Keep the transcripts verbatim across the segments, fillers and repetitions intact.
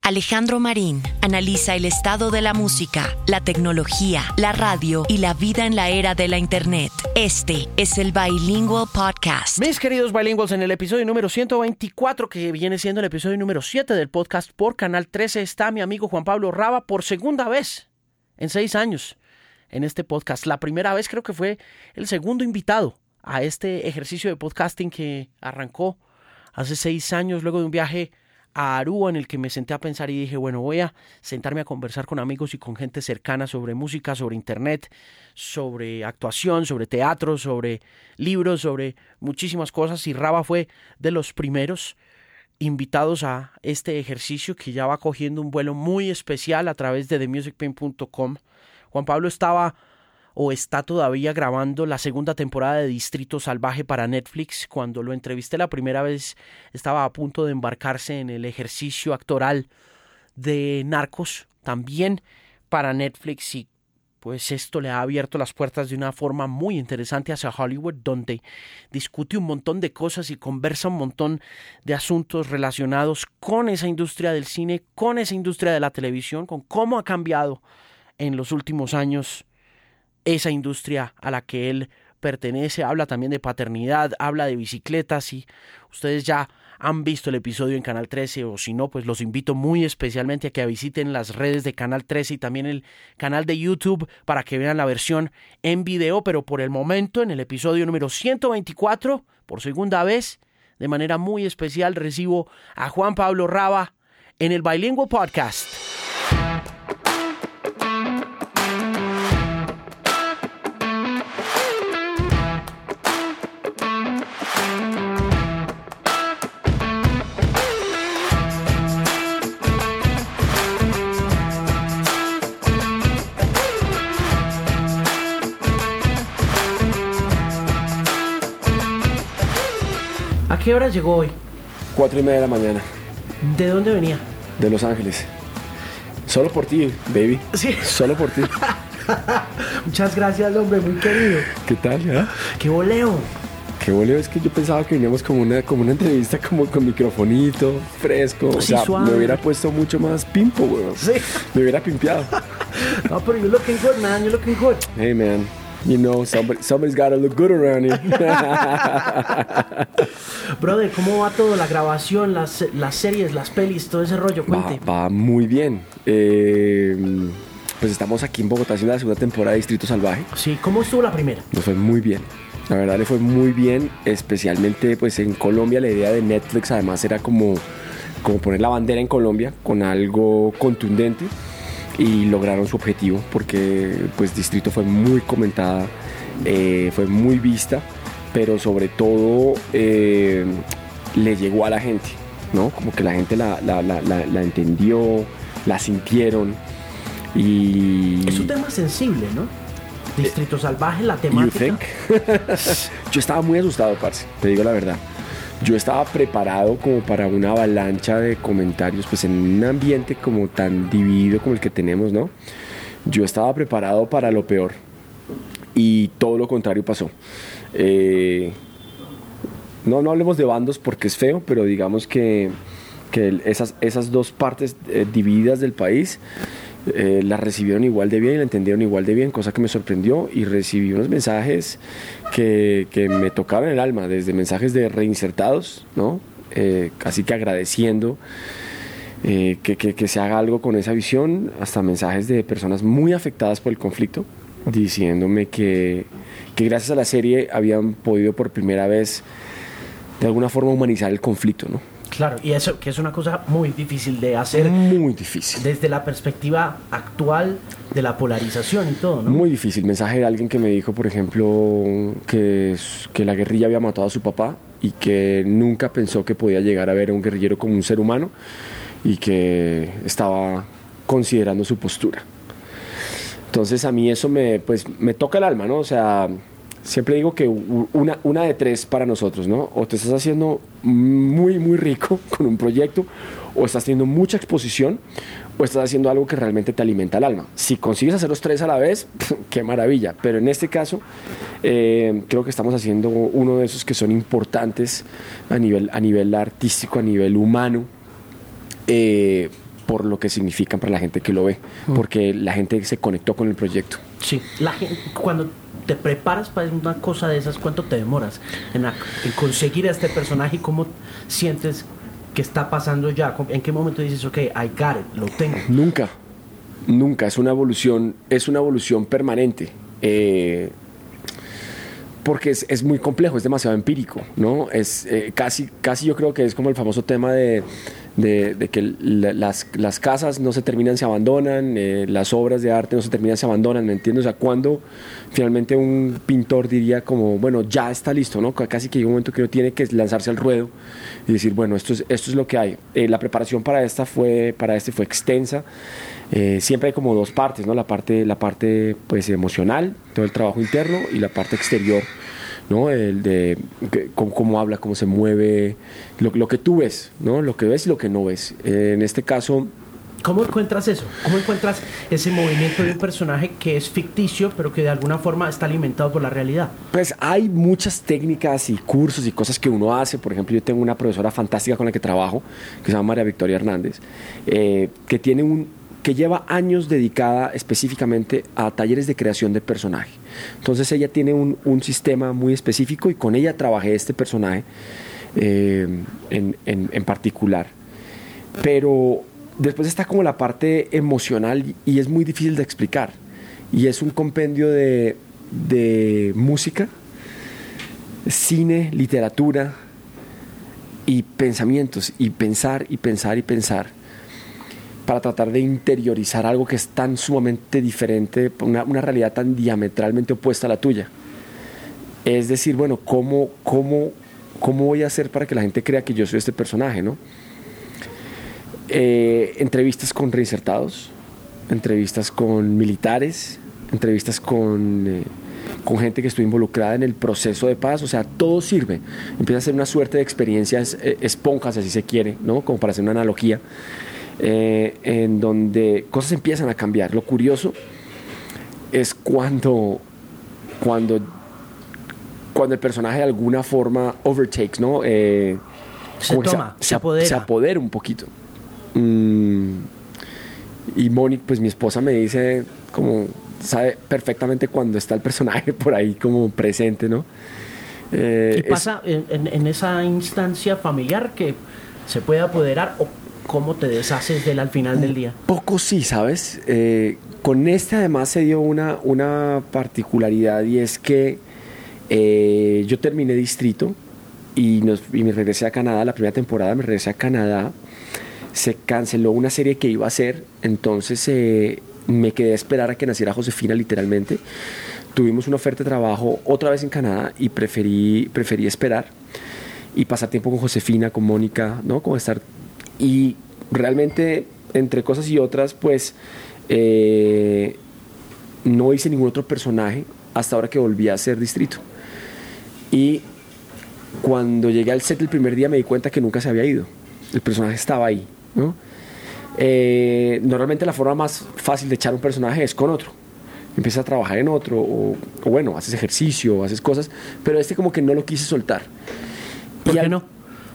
Alejandro Marín analiza el estado de la música, la tecnología, la radio y la vida en la era de la Internet. Este es el Bilingual Podcast. Mis queridos Bilinguals, en el episodio número ciento veinticuatro, que viene siendo el episodio número siete del podcast por Canal trece, está mi amigo Juan Pablo Raba por segunda vez en seis años en este podcast. La primera vez creo que fue el segundo invitado a este ejercicio de podcasting que arrancó hace seis años luego de un viaje a Aruba en el que me senté a pensar y dije, bueno, voy a sentarme a conversar con amigos y con gente cercana sobre música, sobre internet, sobre actuación, sobre teatro, sobre libros, sobre muchísimas cosas. Y Raba fue de los primeros invitados a este ejercicio que ya va cogiendo un vuelo muy especial a través de the music pain punto com. Juan Pablo estaba o está todavía grabando la segunda temporada de Distrito Salvaje para Netflix. Cuando lo entrevisté la primera vez estaba a punto de embarcarse en el ejercicio actoral de Narcos, también para Netflix, y pues esto le ha abierto las puertas de una forma muy interesante hacia Hollywood, donde discute un montón de cosas y conversa un montón de asuntos relacionados con esa industria del cine, con esa industria de la televisión, con cómo ha cambiado en los últimos años esa industria a la que él pertenece. Habla también de paternidad, habla de bicicletas, y ustedes ya han visto el episodio en Canal trece, o si no, pues los invito muy especialmente a que visiten las redes de Canal trece y también el canal de YouTube para que vean la versión en video. Pero por el momento, en el episodio número ciento veinticuatro, por segunda vez, de manera muy especial, recibo a Juan Pablo Raba en el Bilingual Podcast. ¿A qué hora llegó hoy? Cuatro y media de la mañana. ¿De dónde venía? De Los Ángeles. Solo por ti, baby. Sí. Solo por ti. Muchas gracias, hombre, muy querido. ¿Qué tal, ya? ¡Qué voleo! Qué voleo, es que yo pensaba que veníamos como una, como una entrevista como con microfonito, fresco. Sí, o sea, suave. Me hubiera puesto mucho más pimpo, weón. Sí. Me hubiera pimpeado. No, pero you're looking good, man. You're looking good. Hey, man. You know, somebody, somebody's gotta look good around here. Brother, ¿cómo va todo? La grabación, las, las series, las pelis, todo ese rollo, cuente. Va, va muy bien. Eh, pues estamos aquí en Bogotá haciendo la segunda temporada de Distrito Salvaje. Sí, ¿cómo estuvo la primera? Nos fue muy bien. La verdad le fue muy bien, especialmente pues en Colombia. La idea de Netflix además era como, como poner la bandera en Colombia con algo contundente. Y lograron su objetivo porque pues Distrito fue muy comentada, eh, fue muy vista, pero sobre todo eh, le llegó a la gente, ¿no? Como que la gente la, la, la, la, la entendió, la sintieron. Y es un tema sensible, ¿no? Distrito Salvaje, la temática. You think? Yo estaba muy asustado, parce, te digo la verdad. Yo estaba preparado como para una avalancha de comentarios, pues en un ambiente como tan dividido como el que tenemos, ¿no? Yo estaba preparado para lo peor y todo lo contrario pasó. Eh, no, no hablemos de bandos porque es feo, pero digamos que, que esas, esas dos partes eh, divididas del país Eh, la recibieron igual de bien y la entendieron igual de bien, cosa que me sorprendió, y recibí unos mensajes que, que me tocaban el alma, desde mensajes de reinsertados, ¿no? Eh, casi que agradeciendo eh, que, que, que se haga algo con esa visión, hasta mensajes de personas muy afectadas por el conflicto, diciéndome que, que gracias a la serie habían podido por primera vez de alguna forma humanizar el conflicto, ¿no? Claro, y eso que es una cosa muy difícil de hacer. Muy difícil. Desde la perspectiva actual de la polarización y todo, ¿no? Muy difícil. Mensaje de alguien que me dijo, por ejemplo, que, que la guerrilla había matado a su papá y que nunca pensó que podía llegar a ver a un guerrillero como un ser humano y que estaba considerando su postura. Entonces a mí eso me, pues, me toca el alma, ¿no? O sea, siempre digo que una, una de tres para nosotros, ¿no? O te estás haciendo muy, muy rico con un proyecto, o estás teniendo mucha exposición, o estás haciendo algo que realmente te alimenta el alma. Si consigues hacer los tres a la vez, qué maravilla. Pero en este caso, eh, creo que estamos haciendo uno de esos que son importantes a nivel, a nivel artístico, a nivel humano, eh, por lo que significan para la gente que lo ve, uh-huh. porque la gente se conectó con el proyecto. Sí, la gente, cuando te preparas para una cosa de esas, ¿cuánto te demoras en, la, en conseguir a este personaje y cómo sientes que está pasando ya? ¿En qué momento dices, ok, I got it, lo tengo? Nunca, nunca, es una evolución, es una evolución permanente. Eh, porque es, es muy complejo, es demasiado empírico, ¿no? Es eh, casi, casi yo creo que es como el famoso tema de, de, de que la, las, las casas no se terminan, se abandonan, eh, las obras de arte no se terminan, se abandonan, ¿me entiendes? O sea, cuando finalmente un pintor diría como, bueno, ya está listo, ¿no? Casi que hay un momento que uno tiene que lanzarse al ruedo y decir, bueno, esto es, esto es lo que hay. Eh, la preparación para esta fue, para este fue extensa. Eh, siempre hay como dos partes, ¿no? La parte, la parte pues emocional, todo el trabajo interno, y la parte exterior, ¿no? El de cómo, cómo habla, cómo se mueve, lo, lo que tú ves, ¿no? Lo que ves y lo que no ves. Eh, en este caso, ¿cómo encuentras eso? ¿Cómo encuentras ese movimiento de un personaje que es ficticio, pero que de alguna forma está alimentado por la realidad? Pues hay muchas técnicas y cursos y cosas que uno hace. Por ejemplo, yo tengo una profesora fantástica con la que trabajo, que se llama María Victoria Hernández, eh, que tiene un que lleva años dedicada específicamente a talleres de creación de personaje. Entonces ella tiene un, un sistema muy específico y con ella trabajé este personaje eh, en, en, en particular. Pero después está como la parte emocional y es muy difícil de explicar. Y es un compendio de, de música, cine, literatura y pensamientos, y pensar y pensar y pensar, para tratar de interiorizar algo que es tan sumamente diferente, una, una realidad tan diametralmente opuesta a la tuya. Es decir, bueno, ¿cómo, cómo, cómo voy a hacer para que la gente crea que yo soy este personaje, ¿no? Eh, entrevistas con reinsertados, entrevistas con militares, entrevistas con, eh, con gente que estuvo involucrada en el proceso de paz, o sea, todo sirve. Empieza a ser una suerte de experiencias eh, esponjas, así se quiere, ¿no? Como para hacer una analogía. Eh, en donde cosas empiezan a cambiar. Lo curioso es cuando cuando cuando el personaje de alguna forma overtakes, ¿no? Eh, se toma, se, se apodera. Se apodera un poquito. Mm, y Mónica, pues mi esposa, me dice como sabe perfectamente cuando está el personaje por ahí como presente, ¿no? Eh, ¿Qué pasa es, en, en esa instancia familiar que se puede apoderar o cómo te deshaces de él al final del día? Poco sí, ¿sabes? Eh, con este además se dio una, una particularidad, y es que eh, yo terminé Distrito y, nos, y me regresé a Canadá. La primera temporada me regresé a Canadá, se canceló una serie que iba a hacer, entonces eh, me quedé a esperar a que naciera Josefina, literalmente. Tuvimos una oferta de trabajo otra vez en Canadá y preferí, preferí esperar y pasar tiempo con Josefina, con Mónica, ¿no? Como estar. Y realmente, entre cosas y otras, pues eh, no hice ningún otro personaje hasta ahora que volví a hacer Distrito. Y cuando llegué al set el primer día me di cuenta que nunca se había ido. El personaje estaba ahí, ¿no? Eh, normalmente la forma más fácil de echar un personaje es con otro. Empiezas a trabajar en otro, o, o bueno, haces ejercicio, haces cosas, pero este como que no lo quise soltar. ¿Por y qué al, no?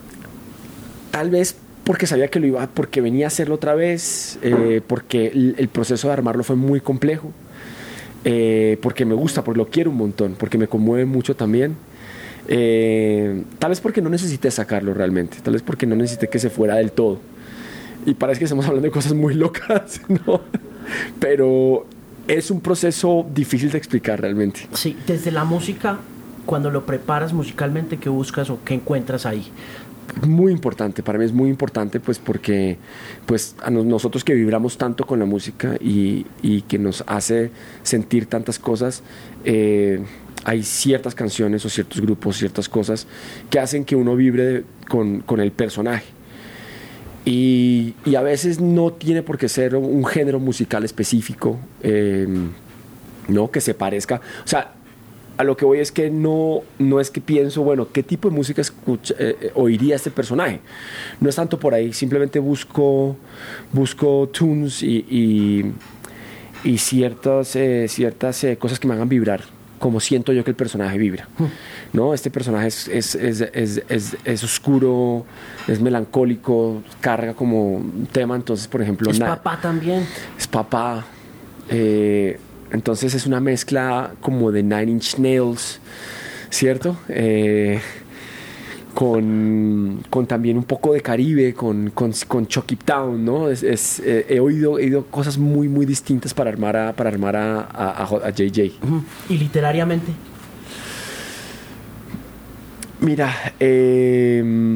Tal vez porque sabía que lo iba, porque venía a hacerlo otra vez, eh, porque el, el proceso de armarlo fue muy complejo, eh, porque me gusta, porque lo quiero un montón, porque me conmueve mucho también. Eh, tal vez porque no necesité sacarlo realmente, tal vez porque no necesité que se fuera del todo. Y parece que estamos hablando de cosas muy locas, ¿no? Pero es un proceso difícil de explicar realmente. Sí, desde la música, cuando lo preparas musicalmente, ¿qué buscas o qué encuentras ahí? Muy importante, para mí es muy importante, pues porque pues a nosotros que vibramos tanto con la música y, y que nos hace sentir tantas cosas, eh, hay ciertas canciones o ciertos grupos, ciertas cosas que hacen que uno vibre de, con, con el personaje. Y, y a veces no tiene por qué ser un género musical específico, eh, ¿no? Que se parezca. O sea, a lo que voy es que no, no es que pienso, bueno, ¿qué tipo de música escucha, eh, oiría este personaje? No es tanto por ahí, simplemente busco, busco tunes y, y, y ciertas, eh, ciertas eh, cosas que me hagan vibrar como siento yo que el personaje vibra, ¿no? Este personaje es, es, es, es, es, es oscuro, es melancólico, carga como un tema, entonces, por ejemplo... Es na- papá también. Es papá, eh, entonces es una mezcla como de Nine Inch Nails, ¿cierto? Eh, con, con también un poco de Caribe, con, con, con Chucky Town, ¿no? Es, es, eh, he, oído, he oído cosas muy, muy distintas para armar a, para armar a, a, a J J. Uh-huh. ¿Y literariamente? Mira, eh,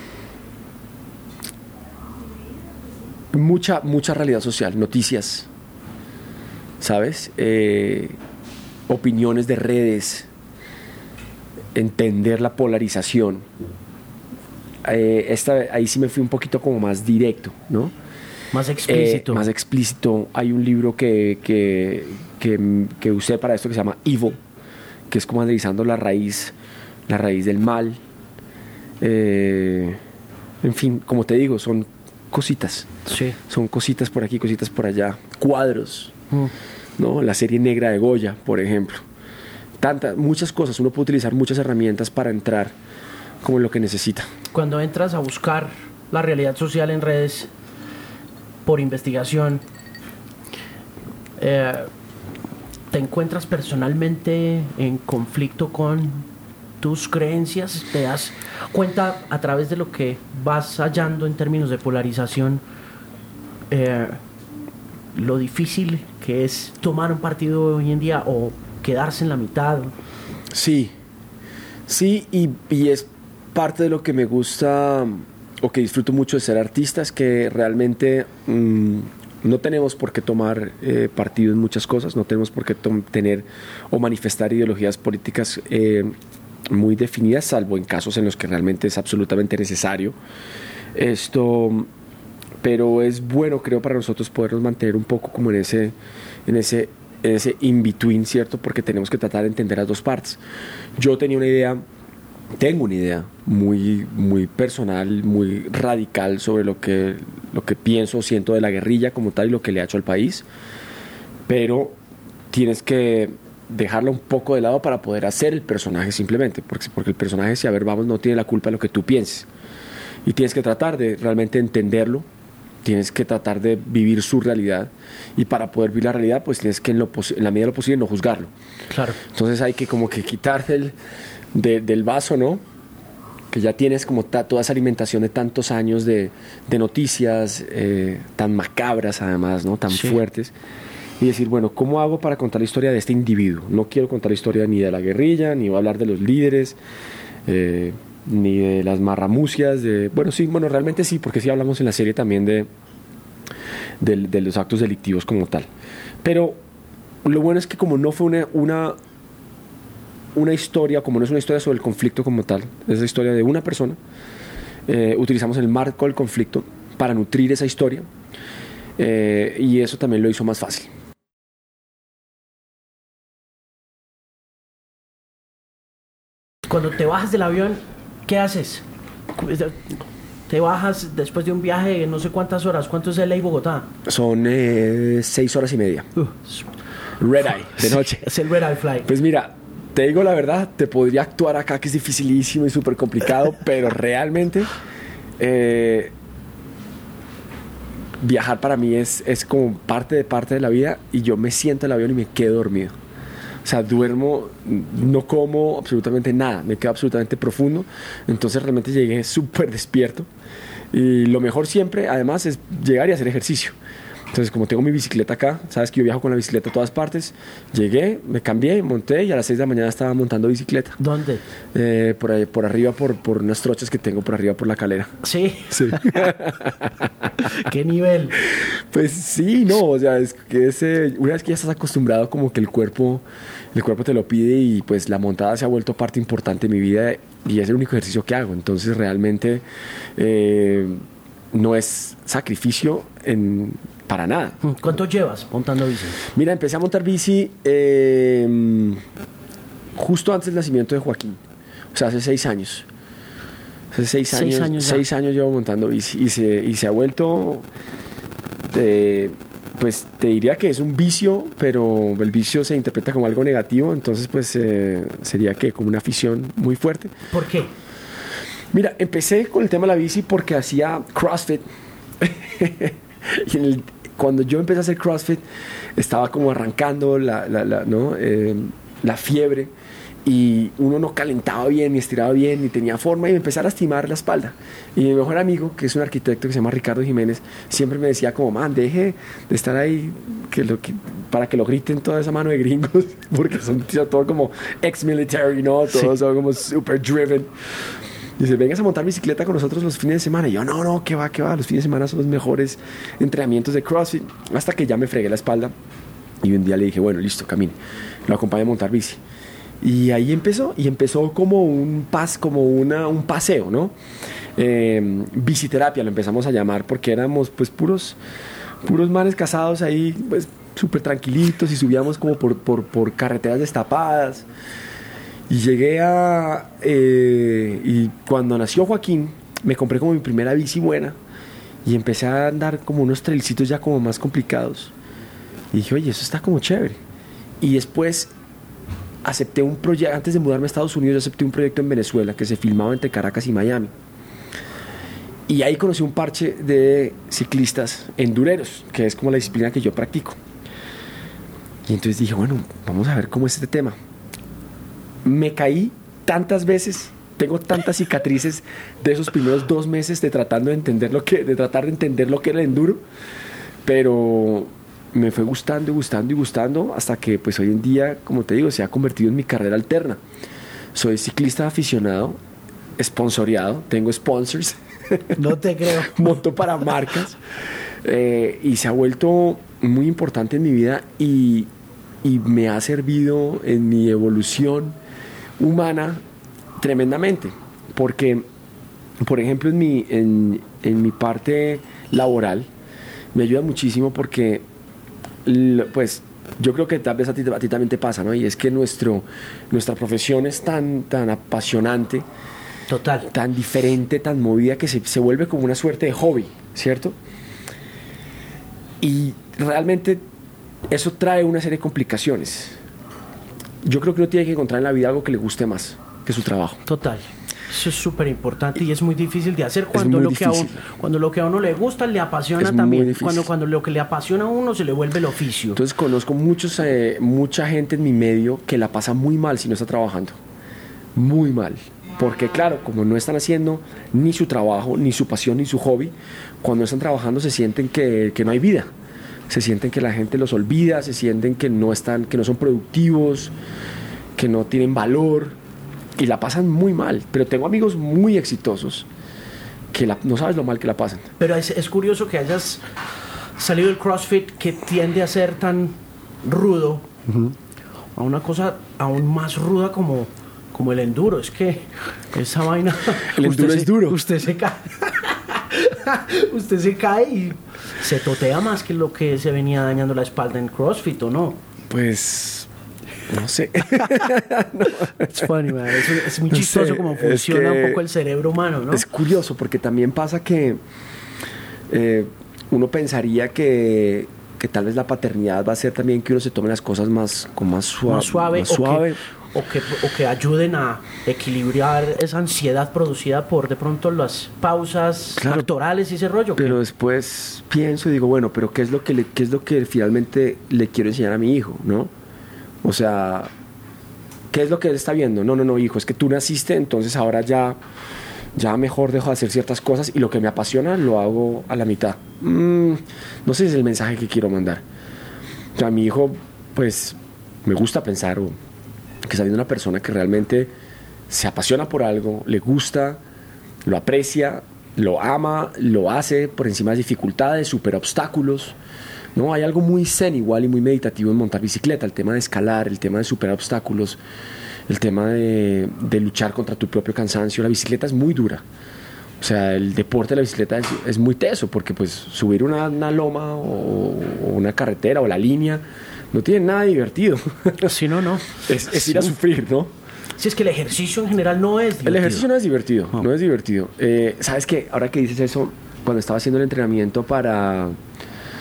mucha, mucha realidad social, noticias, ¿sabes? Eh, opiniones de redes, entender la polarización. Eh, esta, ahí sí me fui un poquito como más directo, ¿no? Más explícito. Eh, más explícito. Hay un libro que, que, que, que usé para esto que se llama Evil, que es como analizando la raíz, la raíz del mal. Eh, en fin, como te digo, son cositas. Sí. Son cositas por aquí, cositas por allá. Cuadros, Mm. ¿no? La serie negra de Goya, por ejemplo. Tantas, muchas cosas. Uno puede utilizar muchas herramientas para entrar como en lo que necesita. Cuando entras a buscar la realidad social en redes por investigación, eh, ¿te encuentras personalmente en conflicto con tus creencias? ¿Te das cuenta a través de lo que vas hallando en términos de polarización eh, lo difícil que es tomar un partido hoy en día o quedarse en la mitad? Sí, sí, y, y es parte de lo que me gusta o que disfruto mucho de ser artista, es que realmente mmm, no tenemos por qué tomar eh, partido en muchas cosas, no tenemos por qué tom- tener o manifestar ideologías políticas eh, muy definidas, salvo en casos en los que realmente es absolutamente necesario. Esto, pero es bueno, creo, para nosotros podernos mantener un poco como en ese, en ese, en ese in-between, ¿cierto? Porque tenemos que tratar de entender las dos partes. Yo tenía una idea, tengo una idea muy, muy personal, muy radical sobre lo que, lo que pienso, siento de la guerrilla como tal y lo que le ha hecho al país, pero tienes que dejarla un poco de lado para poder hacer el personaje simplemente, porque, porque el personaje, si a ver vamos, no tiene la culpa de lo que tú pienses, y tienes que tratar de realmente entenderlo, tienes que tratar de vivir su realidad, y para poder vivir la realidad pues tienes que en, lo en la medida de lo posible no juzgarlo. Claro. Entonces hay que como que quitar del, de, del vaso, ¿no? Que ya tienes como ta, toda esa alimentación de tantos años de, de noticias eh, tan macabras además, ¿no? Tan sí. fuertes, y decir, bueno, ¿cómo hago para contar la historia de este individuo? No quiero contar la historia ni de la guerrilla, ni voy a hablar de los líderes, eh, ni de las marramucias, de... Bueno, sí, bueno, realmente sí, porque sí hablamos en la serie también de, de, de los actos delictivos como tal. Pero lo bueno es que como no fue una, una, una historia, como no es una historia sobre el conflicto como tal, es la historia de una persona, eh, utilizamos el marco del conflicto para nutrir esa historia, eh, y eso también lo hizo más fácil. Cuando te bajas del avión, ¿qué haces? Te bajas después de un viaje de no sé cuántas horas. ¿Cuánto es de L A y Bogotá? Son eh, seis horas y media. Uh, Red Eye, de noche. Es el Red Eye Flight. Pues mira, te digo la verdad, te podría actuar acá que es dificilísimo y súper complicado, pero realmente eh, viajar para mí es, es como parte de parte de la vida, y yo me siento en el avión y me quedo dormido. O sea, duermo, no como absolutamente nada, me quedo absolutamente profundo, entonces realmente llegué súper despierto, y lo mejor siempre, además, es llegar y hacer ejercicio. Entonces, como tengo mi bicicleta acá, sabes que yo viajo con la bicicleta a todas partes, llegué, me cambié, monté, y a las seis de la mañana estaba montando bicicleta. ¿Dónde? Eh, por, ahí, por arriba, por, por unas trochas que tengo por arriba, por la Calera. Sí. Sí. ¿Qué nivel? Pues sí, no, o sea, es que ese, una vez que ya estás acostumbrado, como que el cuerpo, el cuerpo te lo pide, y pues la montada se ha vuelto parte importante de mi vida, y es el único ejercicio que hago. Entonces realmente eh, no es sacrificio en, para nada. ¿Cuánto llevas montando bici? Mira, empecé a montar bici eh, justo antes del nacimiento de Joaquín, o sea, hace seis años. Hace seis años, seis años, seis años llevo montando bici, y se, y se ha vuelto... Eh, pues te diría que es un vicio, pero el vicio se interpreta como algo negativo, entonces pues eh, sería que como una afición muy fuerte. ¿Por qué? Mira, empecé con el tema de la bici porque hacía CrossFit. Y en el, cuando yo empecé a hacer CrossFit, estaba como arrancando la, la, la, ¿no? eh, la fiebre. Y uno no calentaba bien, ni estiraba bien, ni tenía forma, y me empecé a lastimar la espalda. Y mi mejor amigo, que es un arquitecto que se llama Ricardo Jiménez, siempre me decía como, man, deje de estar ahí que lo, que, para que lo griten toda esa mano de gringos, porque son tío, todo como ex-military, ¿no? Todos sí. Son como super driven. Y dice, vengas a montar bicicleta con nosotros los fines de semana. Y yo, no, no, que va, que va, los fines de semana son los mejores entrenamientos de CrossFit. Hasta que ya me fregué la espalda. Y un día le dije, bueno, listo, camine. Lo acompañé a montar bici. Y ahí empezó, y empezó como un pas, como una, un paseo, ¿no? Eh, biciterapia lo empezamos a llamar porque éramos pues puros, puros manes casados ahí, pues súper tranquilitos y subíamos como por, por, por carreteras destapadas. Y llegué a... Eh, y cuando nació Joaquín, me compré como mi primera bici buena y empecé a andar como unos trailcitos ya como más complicados. Y dije, oye, eso está como chévere. Y después... acepté un proyecto, antes de mudarme a Estados Unidos, acepté un proyecto en Venezuela que se filmaba entre Caracas y Miami. Y ahí conocí un parche de ciclistas endureros, que es como la disciplina que yo practico. Y entonces dije, bueno, vamos a ver cómo es este tema. Me caí tantas veces, tengo tantas cicatrices de esos primeros dos meses de tratando de entender lo que, de tratar de entender lo que era el enduro, pero me fue gustando y gustando y gustando hasta que pues hoy en día, como te digo, se ha convertido en mi carrera alterna. Soy ciclista aficionado, sponsoreado, tengo sponsors. No te creo. Monto para marcas eh, y se ha vuelto muy importante en mi vida y, y me ha servido en mi evolución humana tremendamente. Porque, por ejemplo, en mi, en, en mi parte laboral me ayuda muchísimo porque pues yo creo que tal vez a ti, a ti también te pasa, ¿no? Y es que nuestro, nuestra profesión es tan, tan apasionante, total, tan diferente, tan movida que se, se vuelve como una suerte de hobby, ¿cierto? Y realmente eso trae una serie de complicaciones. Yo creo que uno tiene que encontrar en la vida algo que le guste más que su trabajo. Total. Eso es súper importante y es muy difícil de hacer cuando lo, que a uno, cuando lo que a uno le gusta le apasiona es también. Cuando, cuando lo que le apasiona a uno se le vuelve el oficio. Entonces conozco muchos, eh, mucha gente en mi medio que la pasa muy mal si no está trabajando. Muy mal. Porque claro, como no están haciendo ni su trabajo, ni su pasión, ni su hobby, cuando están trabajando se sienten que, que no hay vida. Se sienten que la gente los olvida, se sienten que no están, que no son productivos, que no tienen valor. Y la pasan muy mal, pero tengo amigos muy exitosos que la, no sabes lo mal que la pasan. Pero es, es curioso que hayas salido del CrossFit, que tiende a ser tan rudo, uh-huh, a una cosa aún más ruda como, como el enduro. Es que esa vaina... El enduro se, es duro. Usted se cae. Usted se cae y se totea más que lo que se venía dañando la espalda en CrossFit, ¿o no? Pues... no sé. No. Es funny, man. Es, es muy chistoso, no sé, cómo funciona un poco el cerebro humano, ¿no? Es curioso porque también pasa que eh, uno pensaría que, que tal vez la paternidad va a ser también que uno se tome las cosas más, con más, suave, más suave, más suave. O, que, o, que, o que ayuden a equilibrar esa ansiedad producida por de pronto las pausas, claro, actorales y ese rollo. Pero después pienso y digo, bueno, pero ¿qué es lo que, le, qué es lo que finalmente le quiero enseñar a mi hijo, ¿no? O sea, ¿qué es lo que él está viendo? No, no, no, hijo, es que tú naciste, entonces ahora ya, ya mejor dejo de hacer ciertas cosas y lo que me apasiona lo hago a la mitad. Mm, no sé si es el mensaje que quiero mandar. O sea, a mi hijo, pues, me gusta pensar o, que está viendo una persona que realmente se apasiona por algo, le gusta, lo aprecia, lo ama, lo hace por encima de dificultades, supera obstáculos. No, hay algo muy zen igual y muy meditativo en montar bicicleta, el tema de escalar, el tema de superar obstáculos, el tema de, de luchar contra tu propio cansancio. La bicicleta es muy dura. O sea, el deporte de la bicicleta es, es muy teso porque pues subir una, una loma o, o una carretera o la línea no tiene nada divertido. Si no, no. Es, es ir a sufrir, ¿no? Si es que el ejercicio en general no es divertido. El ejercicio no es divertido, no, no es divertido. Eh, ¿Sabes qué? Ahora que dices eso, cuando estaba haciendo el entrenamiento para...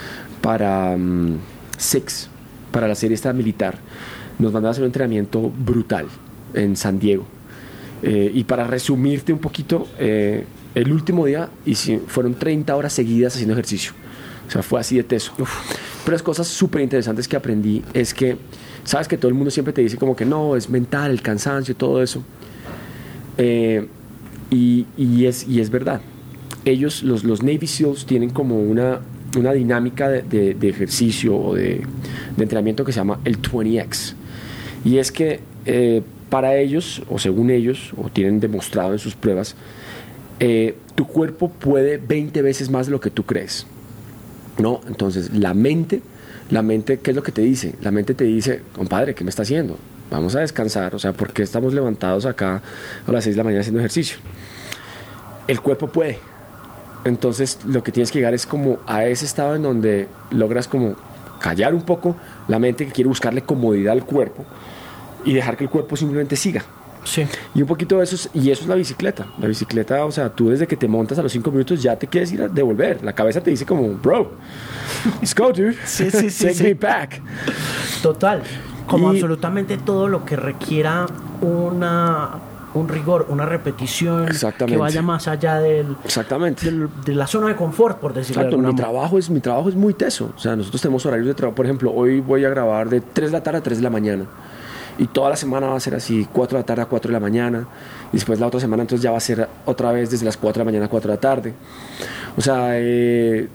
para um, Six, para la serie esta militar. Nos mandaron a hacer un entrenamiento brutal en San Diego. Eh, y para resumirte un poquito, eh, el último día hice, fueron treinta horas seguidas haciendo ejercicio. O sea, fue así de teso. Uf. Pero las cosas súper interesantes que aprendí es que, sabes que todo el mundo siempre te dice como que no, es mental, el cansancio y todo eso. Eh, y, y, es, y es verdad. Ellos, los, los Navy SEALs, tienen como una, una dinámica de, de, de ejercicio o de, de entrenamiento que se llama el veinte equis. Y es que eh, para ellos, o según ellos, o tienen demostrado en sus pruebas, eh, tu cuerpo puede veinte veces más de lo que tú crees, ¿no? Entonces, la mente, la mente, ¿qué es lo que te dice? La mente te dice, compadre, ¿qué me está haciendo? Vamos a descansar, o sea, ¿por qué estamos levantados acá a las seis de la mañana haciendo ejercicio? El cuerpo puede. Entonces, lo que tienes que llegar es como a ese estado en donde logras como callar un poco la mente que quiere buscarle comodidad al cuerpo y dejar que el cuerpo simplemente siga. Sí. Y un poquito de eso es, y eso es la bicicleta. La bicicleta, o sea, tú desde que te montas a los cinco minutos ya te quieres ir a devolver. La cabeza te dice como, bro, let's go, dude. Sí, sí, sí. Take sí. me back. Total. Como Y- absolutamente todo lo que requiera una, un rigor, una repetición Exactamente. que vaya más allá del, Exactamente. del- de la zona de confort, por decirlo Exacto, de mi alguna manera. trabajo, es, mi trabajo es muy teso. O sea, nosotros tenemos horarios de trabajo. Por ejemplo, hoy voy a grabar de tres de la tarde a tres de la mañana. Y toda la semana va a ser así, cuatro de la tarde a cuatro de la mañana. Y después la otra semana entonces ya va a ser otra vez desde las cuatro de la mañana a cuatro de la tarde. O sea, eh,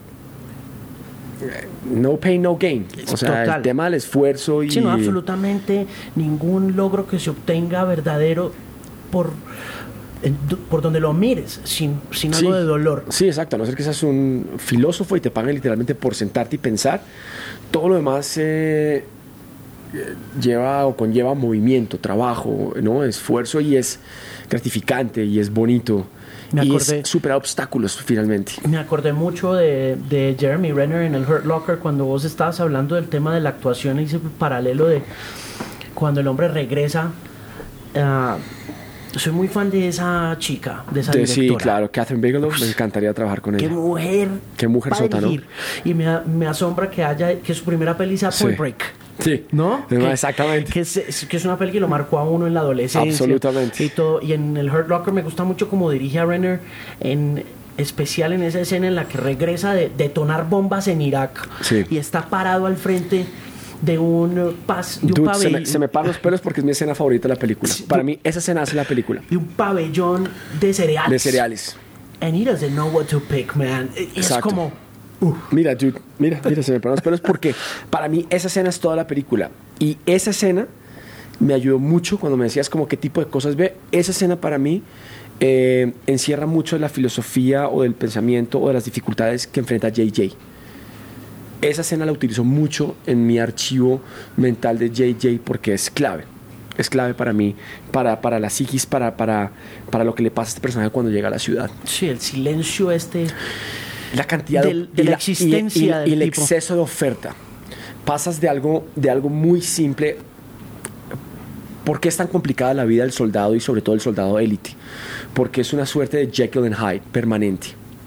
no pain, no gain. O sea, Total. el tema del esfuerzo y... Sí, no, absolutamente ningún logro que se obtenga verdadero por, en- por donde lo mires, sin, sin algo Sí. de dolor. Sí, exacto. A no ser que seas un filósofo y te paguen literalmente por sentarte y pensar. Todo lo demás eh, eh, lleva o conlleva movimiento, trabajo, ¿no? Esfuerzo, y es gratificante y es bonito. Me y acordé- es superar obstáculos finalmente. Me acordé mucho de, de Jeremy Renner en el Hurt Locker cuando vos estabas hablando del tema de la actuación, ese paralelo de cuando el hombre regresa. ah, soy muy fan de esa chica, de esa De- sí, directora. claro, Catherine Bigelow, me encantaría trabajar con Qué ella. mujer. Qué mujer para sota, ¿no? elegir. Y me, me asombra que haya que su primera peli sea Point Sí. Break. Sí, ¿No? Que- exactamente. Que es, que es una peli que lo marcó a uno en la adolescencia. Absolutamente. Y todo. Y en el Hurt Locker me gusta mucho como dirige a Renner, en especial en esa escena en la que regresa de detonar bombas en Irak. Sí. Y está parado al frente de un pas, de un Dude, se, me, pabellón. se me paran los pelos porque es mi escena favorita de la película. Sí, Para tú- mí, esa escena hace la película. de un pabellón de cereales. De cereales. And he doesn't know what to pick, man. Es Exacto. como. uh, Mira, dude, mira, mira, se me paran los pelos porque para mí esa escena es toda la película. Y esa escena me ayudó mucho cuando me decías como qué tipo de cosas ve. Esa escena para mí eh, encierra mucho de la filosofía o del pensamiento o de las dificultades que enfrenta J J. Esa escena la utilizo mucho en mi archivo mental de J J porque es clave. Es clave para mí, para, para la psiquis, para, para, para lo que le pasa a este personaje cuando llega a la ciudad. sí, el silencio este. La cantidad Del- de y la existencia y, y- del y el tipo. exceso de oferta. Pasas de algo, de algo muy simple. ¿Por qué es tan complicada la vida del soldado y sobre todo el soldado élite? Porque es una suerte de Jekyll and Hyde permanente.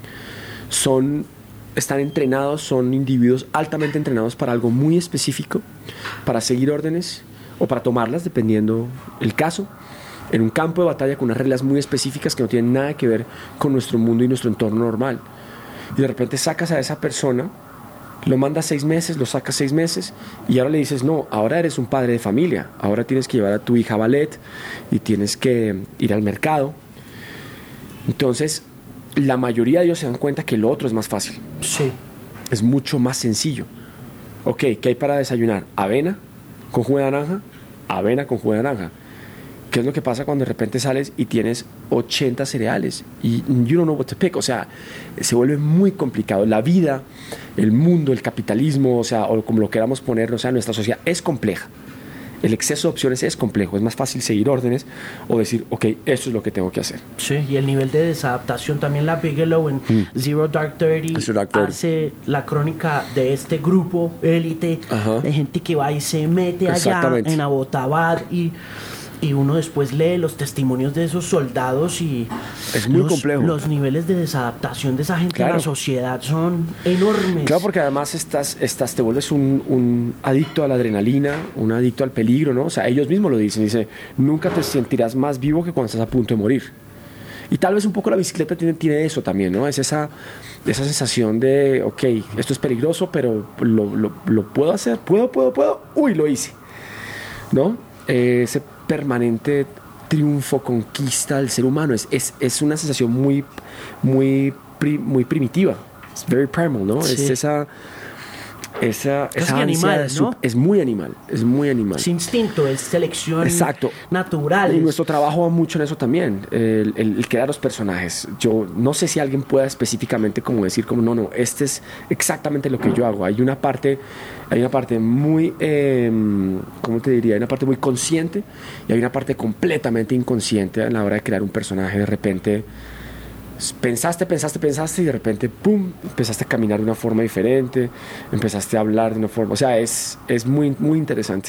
Son, están entrenados, son individuos altamente entrenados para algo muy específico, para seguir órdenes o para tomarlas, dependiendo el caso, en un campo de batalla con unas reglas muy específicas que no tienen nada que ver con nuestro mundo y nuestro entorno normal. Y de repente sacas a esa persona, lo mandas seis meses, lo sacas seis meses y ahora le dices, no, ahora eres un padre de familia, ahora tienes que llevar a tu hija a ballet y tienes que ir al mercado. Entonces, la mayoría de ellos se dan cuenta que lo otro es más fácil, Sí. es mucho más sencillo. Ok, ¿qué hay para desayunar? Avena con jugo de naranja, avena con jugo de naranja. ¿Qué es lo que pasa cuando de repente sales y tienes ochenta cereales y you don't know what to pick? O sea, se vuelve muy complicado. La vida, el mundo, el capitalismo, o sea, o como lo queramos poner, o sea, nuestra sociedad es compleja. El exceso de opciones es complejo. Es más fácil seguir órdenes o decir, ok, esto es lo que tengo que hacer. Sí, y el nivel de desadaptación también. La Bigelow en Zero Dark Thirty Zero Dark Thirty. hace la crónica de este grupo élite Ajá. de gente que va y se mete allá Exactamente. en Abbottabad y y uno después lee los testimonios de esos soldados y es muy los, complejo. Los niveles de desadaptación de esa gente claro. en la sociedad son enormes. Claro, porque además estás, estás, te vuelves un, un adicto a la adrenalina, un adicto al peligro, ¿no? O sea, ellos mismos lo dicen, dice, nunca te sentirás más vivo que cuando estás a punto de morir. Y tal vez un poco la bicicleta tiene, tiene eso también, ¿no? Es esa, esa sensación de, ok, esto es peligroso, pero lo, lo, lo puedo hacer, puedo, puedo, puedo, uy, lo hice, ¿no? Eh, ese permanente triunfo, conquista del ser humano, es, es, es una sensación muy, muy, pri, muy primitiva, es very primal, ¿no? Sí. Es esa... Esa, esa animal, ansia, ¿no? Es muy animal, es muy animal. Es instinto, es selección Exacto. natural. Y nuestro trabajo va mucho en eso también, el, el, el crear los personajes. Yo no sé si alguien pueda específicamente como decir como no, no, este es exactamente lo que yo hago. Hay una parte, hay una parte muy, eh, ¿cómo te diría? Hay una parte muy consciente y hay una parte completamente inconsciente a la hora de crear un personaje. De repente pensaste, pensaste, pensaste y de repente, ¡pum!, empezaste a caminar de una forma diferente, empezaste a hablar de una forma, o sea, es, es muy, muy interesante.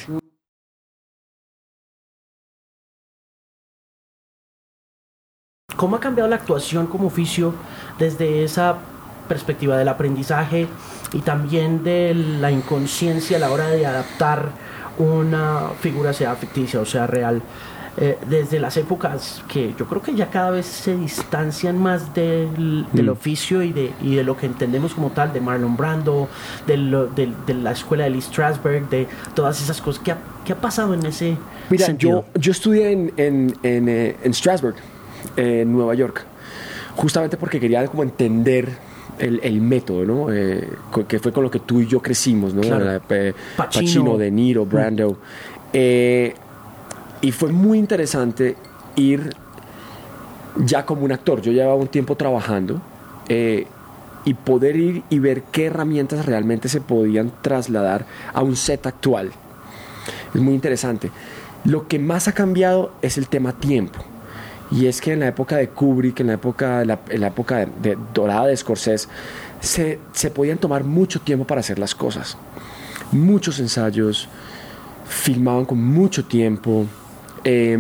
¿Cómo ha cambiado la actuación como oficio desde esa perspectiva del aprendizaje y también de la inconsciencia a la hora de adaptar una figura, sea ficticia o sea real? Eh, desde las épocas que yo creo que ya cada vez se distancian más del, del mm. oficio y de, y de lo que entendemos como tal, de Marlon Brando, de, lo, de, de la escuela de Lee Strasberg, de todas esas cosas. ¿Qué ha, qué ha pasado en ese Mira, sentido? yo, yo estudié en, en, en, eh, en Strasberg, eh, en Nueva York, justamente porque quería como entender el, el método, ¿no? Eh, que fue con lo que tú y yo crecimos, ¿no? Claro. La, eh, Pacino. Pacino, De Niro, Brando. Mm. Eh, Y fue muy interesante ir ya como un actor. Yo llevaba un tiempo trabajando eh, y poder ir y ver qué herramientas realmente se podían trasladar a un set actual. Es muy interesante. Lo que más ha cambiado es el tema tiempo. Y es que en la época de Kubrick, en la época, la, en la época de, de dorada de Scorsese, se, se podían tomar mucho tiempo para hacer las cosas. Muchos ensayos, filmaban con mucho tiempo. Eh,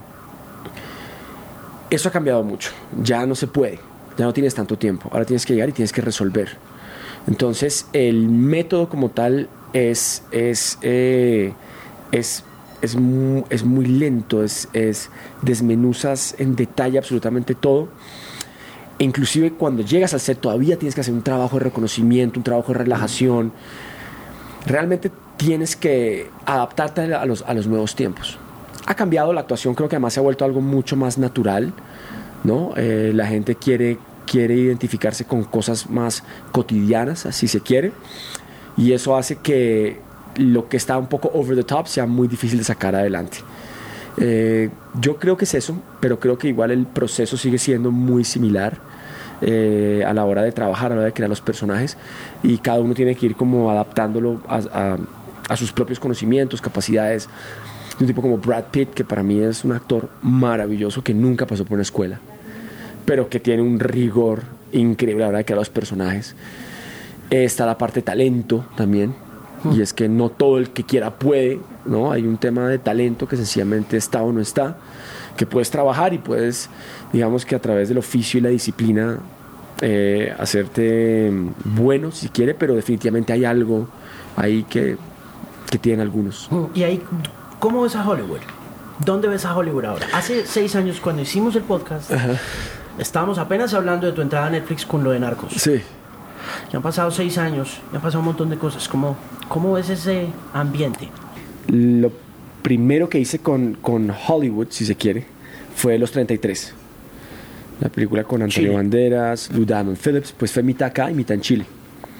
eso ha cambiado mucho. Ya no se puede, ya no tienes tanto tiempo. Ahora tienes que llegar y tienes que resolver. Entonces el método como tal es es eh, es, es, muy, es muy lento, es, es desmenuzas en detalle absolutamente todo. E inclusive cuando llegas al set todavía tienes que hacer un trabajo de reconocimiento, un trabajo de relajación. Realmente tienes que adaptarte a los, a los nuevos tiempos. Ha cambiado la actuación, creo que además se ha vuelto algo mucho más natural, ¿no? Eh, la gente quiere, quiere identificarse con cosas más cotidianas, así se quiere, y eso hace que lo que está un poco over the top sea muy difícil de sacar adelante. Eh, yo creo que es eso, pero creo que igual el proceso sigue siendo muy similar eh, a la hora de trabajar, a la hora de crear los personajes, y cada uno tiene que ir como adaptándolo a, a, a sus propios conocimientos, capacidades. Un tipo como Brad Pitt, que para mí es un actor maravilloso, que nunca pasó por una escuela, pero que tiene un rigor increíble a la hora de crear los personajes. Eh, está la parte de talento también, mm. y es que no todo el que quiera puede, ¿no? Hay un tema de talento que sencillamente está o no está, que puedes trabajar y puedes, digamos que a través del oficio y la disciplina, eh, hacerte bueno si quiere, pero definitivamente hay algo ahí que, que tienen algunos. Y ahí, ¿cómo ves a Hollywood? ¿Dónde ves a Hollywood ahora? Hace seis años, cuando hicimos el podcast, Ajá. estábamos apenas hablando de tu entrada a Netflix con lo de Narcos. Sí. Ya han pasado seis años, ya han pasado un montón de cosas. ¿Cómo, cómo ves ese ambiente? Lo primero que hice con, con Hollywood, si se quiere, fue Los treinta y tres. La película con Antonio Chile. Banderas, Lou Diamond Phillips, pues fue mitad acá y mitad en Chile.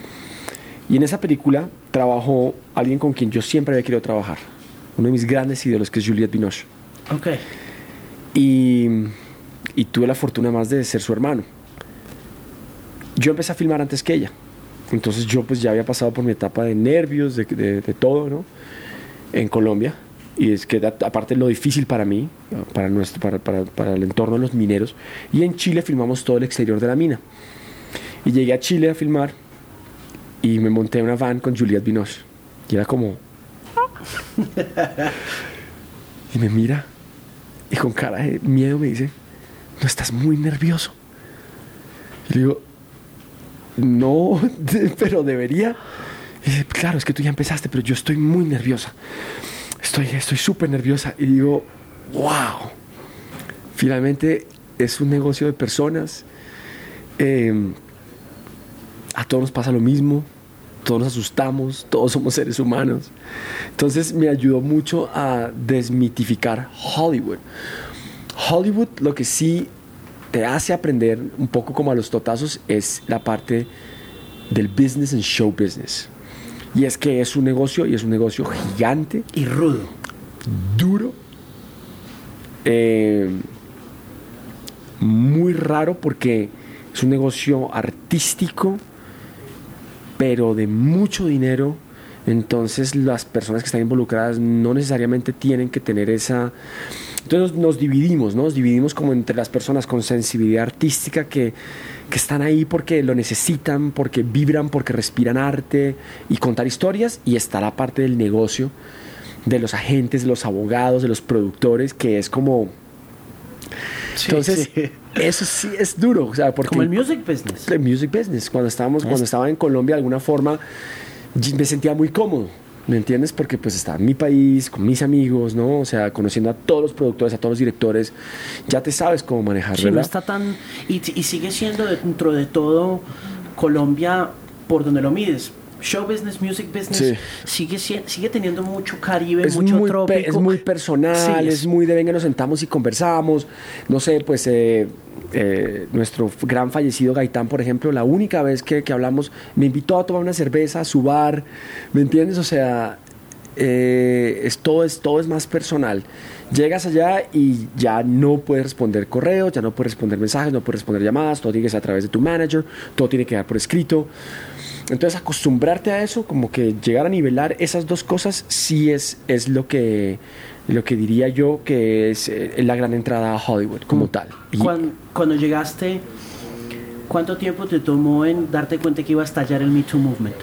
Y en esa película trabajó alguien con quien yo siempre había querido trabajar. Uno de mis grandes ídolos, que es Juliette Binoche. Ok. Y, y tuve la fortuna más de ser su hermano. Yo empecé a filmar antes que ella. Entonces yo pues ya había pasado por mi etapa de nervios, de, de, de todo, ¿no? En Colombia. Y es que aparte lo difícil para mí, para, nuestro, para, para, para el entorno de los mineros. Y en Chile filmamos todo el exterior de la mina. Y llegué a Chile a filmar y me monté en una van con Juliette Binoche. Y era como... y me mira y con cara de miedo me dice, ¿no estás muy nervioso? Y le digo, no, pero debería. Y dice, claro, es que tú ya empezaste, pero yo estoy muy nerviosa. Estoy estoy súper nerviosa. Y digo, wow. Finalmente es un negocio de personas. Eh, a todos nos pasa lo mismo. Todos nos asustamos. Todos somos seres humanos. Entonces me ayudó mucho a desmitificar Hollywood. Hollywood lo que sí te hace aprender un poco como a los totazos es la parte del business and show business. Y es que es un negocio, y es un negocio gigante. Y rudo. Duro. Eh, muy raro porque es un negocio artístico, pero de mucho dinero. Entonces las personas que están involucradas no necesariamente tienen que tener esa... Entonces nos, nos dividimos, ¿no? Nos dividimos como entre las personas con sensibilidad artística que, que están ahí porque lo necesitan, porque vibran, porque respiran arte y contar historias, y está la parte del negocio, de los agentes, de los abogados, de los productores, que es como... Sí, Entonces, sí. Eso sí es duro, o sea, porque... Como el music business. El music business. Cuando, estábamos, cuando estaba en Colombia, de alguna forma, me sentía muy cómodo, ¿me entiendes? Porque pues estaba en mi país, con mis amigos, ¿no? O sea, conociendo a todos los productores, a todos los directores, ya te sabes cómo manejar, Sí, ¿verdad? no está tan... Y, y sigue siendo dentro de todo Colombia, por donde lo mides. Show business, music business, Sí. sigue, sie- sigue teniendo mucho Caribe, Es mucho muy, pe- trópico. es muy personal, Sí, es muy de venga, nos sentamos y conversamos. No sé, pues eh, eh, nuestro gran fallecido Gaitán, por ejemplo, la única vez que, que hablamos, me invitó a tomar una cerveza a su bar, ¿me entiendes? O sea, eh, es, todo, es, todo es más personal. Llegas allá y ya no puedes responder correos, ya no puedes responder mensajes, no puedes responder llamadas, todo tiene que ser a través de tu manager, todo tiene que quedar por escrito. Entonces acostumbrarte a eso, como que llegar a nivelar esas dos cosas, sí es, es lo que lo que diría yo que es eh, la gran entrada a Hollywood como tal. Y Cuando, cuando llegaste, ¿cuánto tiempo te tomó en darte cuenta que iba a estallar el Me Too Movement?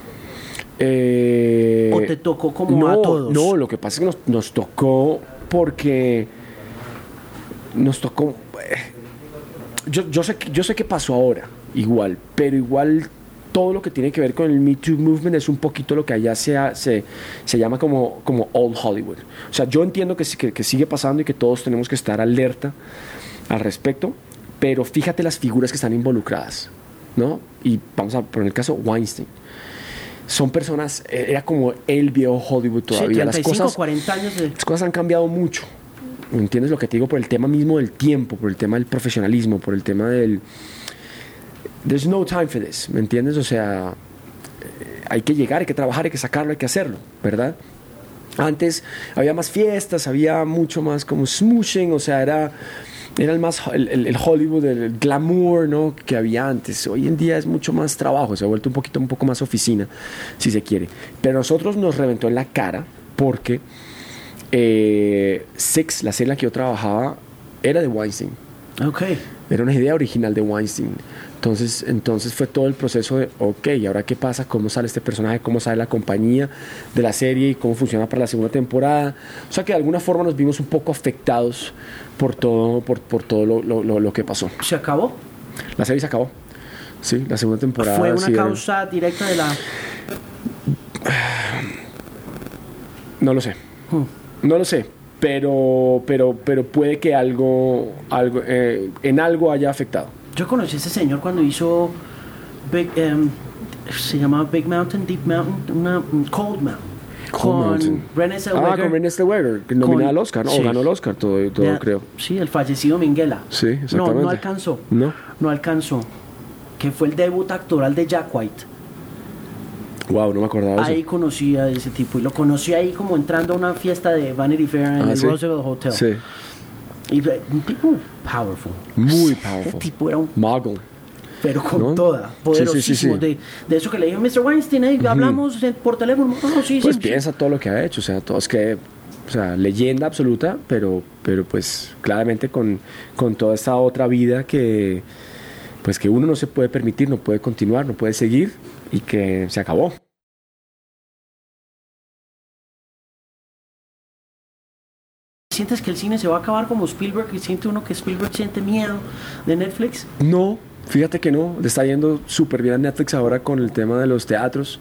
eh, ¿O te tocó como no, a todos? No, lo que pasa es que nos, nos tocó porque nos tocó... eh, yo, yo, sé, que- yo sé qué pasó ahora, igual, pero igual... Todo lo que tiene que ver con el Me Too Movement es un poquito lo que allá se, ha- se, se llama como, como Old Hollywood. O sea, yo entiendo que, sí- que, que sigue pasando y que todos tenemos que estar alerta al respecto, pero fíjate las figuras que están involucradas, ¿no? Y vamos a poner el caso Weinstein. Son personas, eh, era como el viejo Hollywood todavía. Sí, treinta y cinco, las cosas, cuarenta años de... las cosas han cambiado mucho. ¿Entiendes lo que te digo? Por el tema mismo del tiempo, por el tema del profesionalismo, por el tema del... There's no time for this, ¿me entiendes? O sea, eh, hay que llegar, hay que trabajar, hay que sacarlo, hay que hacerlo, ¿verdad? Antes había más fiestas, había mucho más como smooshing, o sea, era, era el, más, el, el, el Hollywood, el, el glamour, ¿no? Que había antes. Hoy en día es mucho más trabajo, se ha vuelto un poquito, un poco más oficina, si se quiere. Pero a nosotros nos reventó en la cara porque eh, Six, la serie en la que yo trabajaba, era de Weinstein. Ok. Era una idea original de Weinstein. Entonces, entonces fue todo el proceso de, ok, ¿y ahora qué pasa? ¿Cómo sale este personaje? ¿Cómo sale la compañía de la serie? ¿Y cómo funciona para la segunda temporada? O sea que de alguna forma nos vimos un poco afectados por todo, por, por todo lo, lo, lo, lo que pasó. ¿Se acabó? La serie se acabó. Sí, la segunda temporada. ¿Fue una sí, era- causa directa de la...? No lo sé. Hmm. No lo sé. Pero, pero, pero puede que algo, algo eh, en algo haya afectado. Yo conocí a ese señor cuando hizo Big, em, se llamaba Big Mountain, Deep Mountain, una um, Cold Mountain. Cold con Mountain. René Zellweger. Ah, con René Zellweger, que nominada Con- al Oscar, ¿no? sí. O ganó el Oscar, todo, todo Ya, creo. Sí, el fallecido Minghella. Sí, No, exactamente. no alcanzó. No. No alcanzó. Que fue el debut actoral de Jack White. Wow, no me acordaba de Ahí eso. conocí a ese tipo. Y lo conocí ahí como entrando a una fiesta de Vanity Fair en Ah, el ¿sí? Roosevelt Hotel. Sí, Y fue un tipo powerful. muy Ese powerful. tipo era un... Mogul. Pero con ¿No? toda. Sí, sí, Poderosísimo. sí, sí. De, de eso que le dije, mister Weinstein, hey, hablamos eh, por teléfono. No, sí, Pues sí, piensa todo lo que ha hecho, o sea, todo es que, o sea, leyenda absoluta, pero, pero pues claramente con, con toda esta otra vida que, pues que uno no se puede permitir, no puede continuar, no puede seguir y que se acabó. ¿Sientes que el cine se va a acabar como Spielberg y siente uno que Spielberg siente miedo de Netflix? No, fíjate que no. Le está yendo súper bien a Netflix ahora con el tema de los teatros.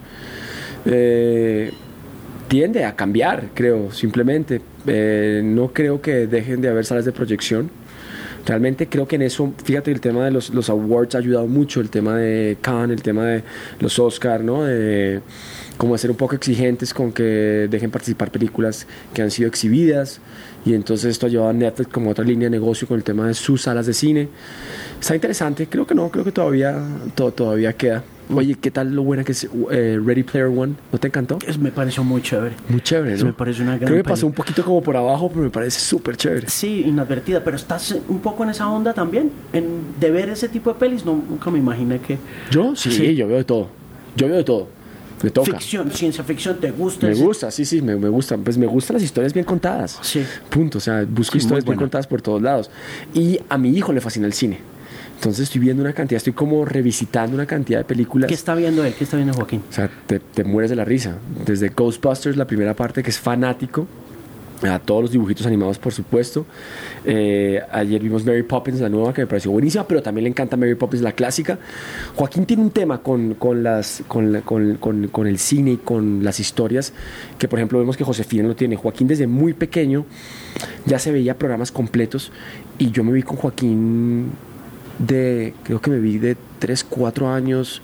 Eh, tiende a cambiar, creo, simplemente. Eh, no creo que dejen de haber salas de proyección. Realmente creo que en eso, fíjate, el tema de los, los awards ha ayudado mucho, el tema de Cannes, el tema de los Oscar, ¿no? De como ser un poco exigentes con que dejen participar películas que han sido exhibidas, y entonces esto ha llevado a Netflix como otra línea de negocio con el tema de sus salas de cine. Está interesante, creo que no, creo que todavía, to, todavía queda. Oye, ¿qué tal lo buena que es eh, Ready Player One? ¿No te encantó? Es, me pareció muy chévere. Muy chévere, ¿no? Me parece una gran Creo que pasó peli. un poquito como por abajo, pero me parece súper chévere. Sí, inadvertida, pero estás un poco en esa onda también, en, de ver ese tipo de pelis. No, nunca me imaginé que... ¿Yo? Sí, Sí. yo veo de todo. Yo veo de todo. Me toca. Ficción, ciencia ficción, ¿te gusta? Me ese? gusta, sí, sí, me, me gusta. Pues me gustan las historias bien contadas. Sí. Punto. O sea, busco Sí, muy historias bien buena. contadas por todos lados. Y a mi hijo le fascina el cine. Entonces estoy viendo una cantidad, estoy como revisitando una cantidad de películas. ¿Qué está viendo él? ¿Qué está viendo Joaquín? O sea, te, te mueres de la risa. Desde Ghostbusters, la primera parte, que es fanático, a todos los dibujitos animados, por supuesto. Eh, ayer vimos Mary Poppins, la nueva, que me pareció buenísima, pero también le encanta Mary Poppins, la clásica. Joaquín tiene un tema con, con, las, con, la- con, con, con el cine y con las historias, que por ejemplo vemos que Josefina lo tiene. Joaquín desde muy pequeño ya se veía programas completos, y yo me vi con Joaquín de, creo que me vi de tres, cuatro años,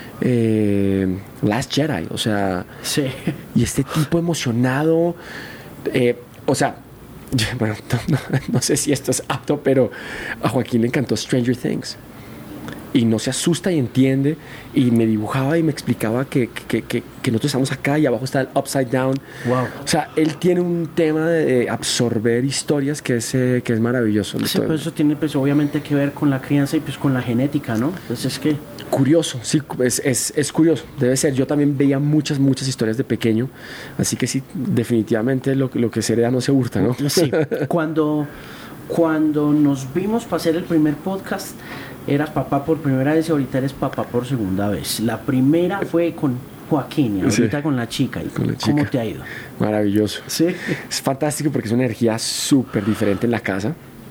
eh, Last Jedi, o sea... Sí. Y este tipo emocionado, eh, o sea, bueno, no, no- no sé si esto es apto, pero a Joaquín le encantó Stranger Things. Y no se asusta y entiende. Y me dibujaba y me explicaba que, que, que, que nosotros estamos acá y abajo está el Upside Down. Wow. O sea, él tiene un tema de absorber historias que es, eh, que es maravilloso. Sí, pues eso tiene pues obviamente que ver con la crianza y pues con la genética, ¿no? Entonces es que... Curioso, sí, es, es, es curioso, debe ser. Yo también veía muchas, muchas historias de pequeño, así que sí, definitivamente lo, lo que se hereda no se hurta, ¿no? Sí. Cuando, cuando nos vimos para hacer el primer podcast, eras papá por primera vez y ahorita eres papá por segunda vez. La primera fue con Joaquín y ahorita Sí. con la chica. ¿Y Con la cómo chica. te ha ido? Maravilloso. Sí. Es fantástico porque es una energía súper diferente en la casa.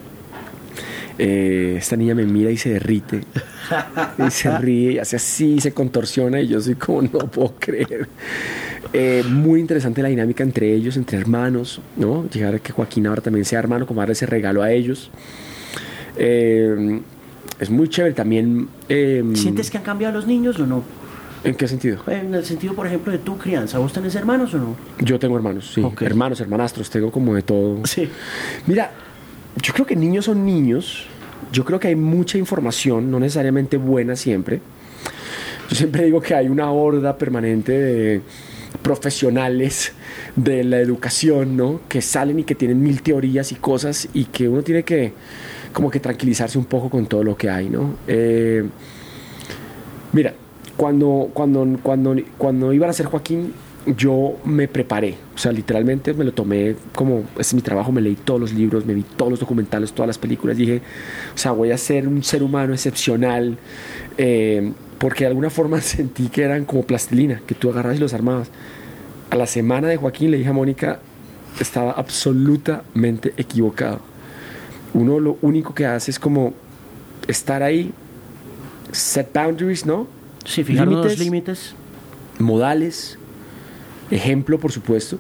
Eh, esta niña me mira y se derrite, y se ríe y hace así, se contorsiona, y yo soy como, no puedo creer. Eh, muy interesante la dinámica entre ellos, entre hermanos, ¿no? Llegar a que Joaquín ahora también sea hermano, como darle ese regalo a ellos. Eh, es muy chévere también. eh, ¿Sientes que han cambiado los niños o no? ¿En qué sentido? En el sentido, por ejemplo, de tu crianza. ¿Vos tenés hermanos o no? Yo tengo hermanos, sí. Ok. Hermanos, hermanastros, tengo como de todo. Sí. Mira, yo creo que niños son niños. Yo creo que hay mucha información, no necesariamente buena siempre. Yo siempre digo que hay una horda permanente de profesionales de la educación, ¿no? Que salen y que tienen mil teorías y cosas, y que uno tiene que como que tranquilizarse un poco con todo lo que hay, ¿no? Eh, mira, cuando, cuando, cuando, cuando iban a ser Joaquín, yo me preparé, o sea, literalmente me lo tomé como, este es mi trabajo, me leí todos los libros, me vi todos los documentales, todas las películas, dije, o sea, voy a ser un ser humano excepcional, eh, porque de alguna forma sentí que eran como plastilina, que tú agarras y los armabas. A la semana de Joaquín le dije a Mónica, estaba absolutamente equivocado. Uno lo único que hace es como estar ahí, set boundaries, ¿no? Sí, fijar los Límites. límites. Modales, ejemplo, por supuesto,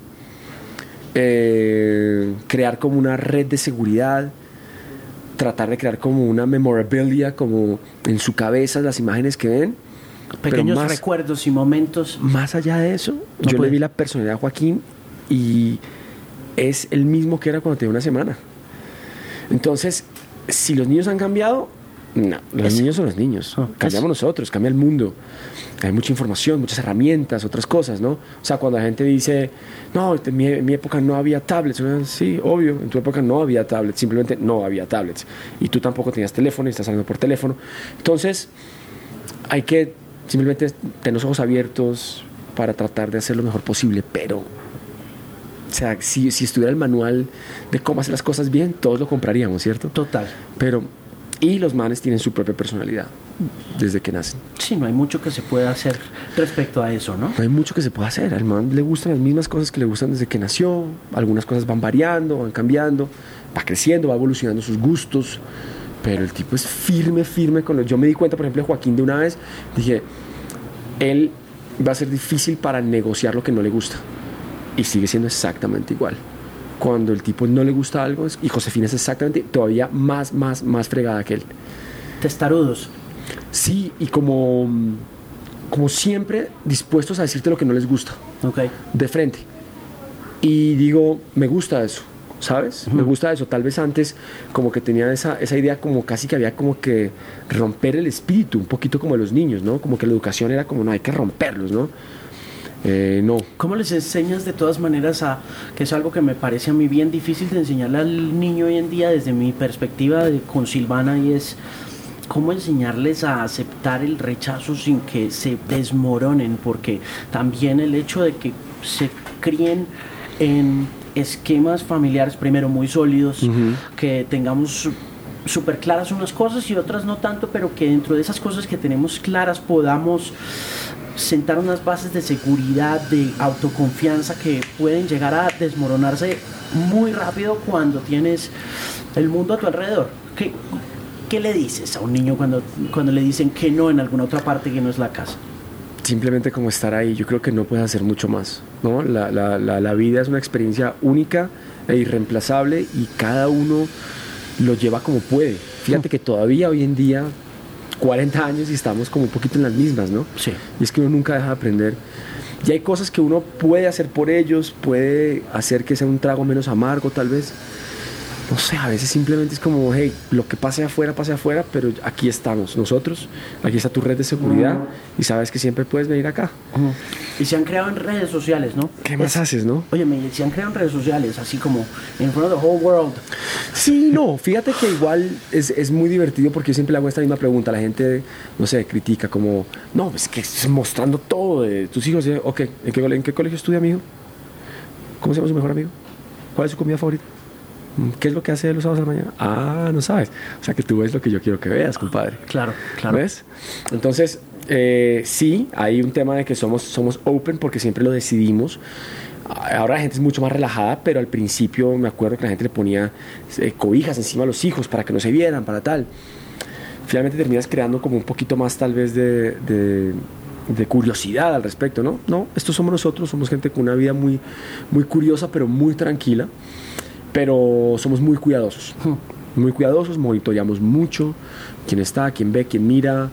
eh, crear como una red de seguridad, tratar de crear como una memorabilia, como en su cabeza las imágenes que ven. Pequeños más- recuerdos y momentos. Más allá de eso, No yo puede. le vi la personalidad a Joaquín y es el mismo que era cuando tenía una semana. Entonces, si los niños han cambiado, no, los Es- niños son los niños. Ah, Cambiamos nosotros, cambia el mundo. Hay mucha información, muchas herramientas, otras cosas, ¿no? O sea, cuando la gente dice, no, en mi, en mi época no había tablets. Sí, obvio, en tu época no había tablets, simplemente no había tablets. Y tú tampoco tenías teléfono y estás hablando por teléfono. Entonces, hay que simplemente tener los ojos abiertos para tratar de hacer lo mejor posible, pero... O sea, si, si estuviera el manual de cómo hacer las cosas bien, todos lo compraríamos, ¿cierto? Total. Pero, y los manes tienen su propia personalidad. desde que nacen. Sí, no hay mucho que se pueda hacer respecto a eso, ¿no? No hay mucho que se pueda hacer. Al man le gustan las mismas cosas que le gustan desde que nació. Algunas cosas van variando, van cambiando, va creciendo, va evolucionando sus gustos. Pero el tipo es firme, firme con los... Yo me di cuenta, por ejemplo, de Joaquín de una vez. Dije, él va a ser difícil para negociar lo que no le gusta. Y sigue siendo exactamente igual. Cuando el tipo no le gusta algo, y Josefina es exactamente todavía más, más, más fregada que él. Testarudos. Sí, y como, como siempre dispuestos a decirte lo que no les gusta. Ok. De frente. Y digo, me gusta eso, ¿sabes? Uh-huh. Me gusta eso. Tal vez antes como que tenía esa, esa idea como casi que había como que romper el espíritu, un poquito como los niños, ¿no? Como que la educación era como, no, hay que romperlos, ¿no? Eh, no. ¿Cómo les enseñas de todas maneras a, que es algo que me parece a mí bien difícil de enseñarle al niño hoy en día desde mi perspectiva de, con Silvana, y es cómo enseñarles a aceptar el rechazo sin que se desmoronen? Porque también el hecho de que se críen en esquemas familiares primero muy sólidos, uh-huh. que tengamos súper claras unas cosas y otras no tanto, pero que dentro de esas cosas que tenemos claras podamos sentar unas bases de seguridad, de autoconfianza que pueden llegar a desmoronarse muy rápido cuando tienes el mundo a tu alrededor. ¿Qué, qué le dices a un niño cuando, cuando le dicen que no en alguna otra parte que no es la casa? Simplemente como estar ahí. Yo creo que no puedes hacer mucho más, ¿no? La, la, la, la vida es una experiencia única e irreemplazable y cada uno lo lleva como puede. Fíjate que todavía hoy en día, cuarenta años, y estamos como un poquito en las mismas, ¿no? Sí. Y es que uno nunca deja de aprender. Y hay cosas que uno puede hacer por ellos, puede hacer que sea un trago menos amargo, tal vez. No sé, a veces simplemente es como, hey, lo que pase afuera, pase afuera, pero aquí estamos nosotros, aquí está tu red de seguridad, uh-huh. y sabes que siempre puedes venir acá. Uh-huh. Y se han creado en redes sociales, ¿no? ¿Qué más es, haces, no? Oye, se han creado en redes sociales, así como in front of the whole world. Sí, no, fíjate que igual es, es muy divertido porque yo siempre le hago esta misma pregunta. La gente, no sé, critica como, no, es que estás mostrando todo de tus hijos. ¿Eh? Ok, ¿en qué, ¿en qué colegio estudia mi hijo? ¿Cómo se llama su mejor amigo? ¿Cuál es su comida favorita? ¿Qué es lo que hace los sábados a la mañana? Ah, no sabes. O sea, que tú ves lo que yo quiero que veas, compadre. Claro, claro. ¿Ves? Entonces, eh, sí, hay un tema de que somos, somos open porque siempre lo decidimos. Ahora la gente es mucho más relajada, pero al principio me acuerdo que la gente le ponía eh, cobijas encima a los hijos para que no se vieran, para tal. Finalmente terminas creando como un poquito más tal vez de... de de curiosidad al respecto, ¿no? No, estos somos nosotros, somos gente con una vida muy, muy curiosa, pero muy tranquila. Pero somos muy cuidadosos, muy cuidadosos, monitoreamos mucho quién está, quién ve, quién mira.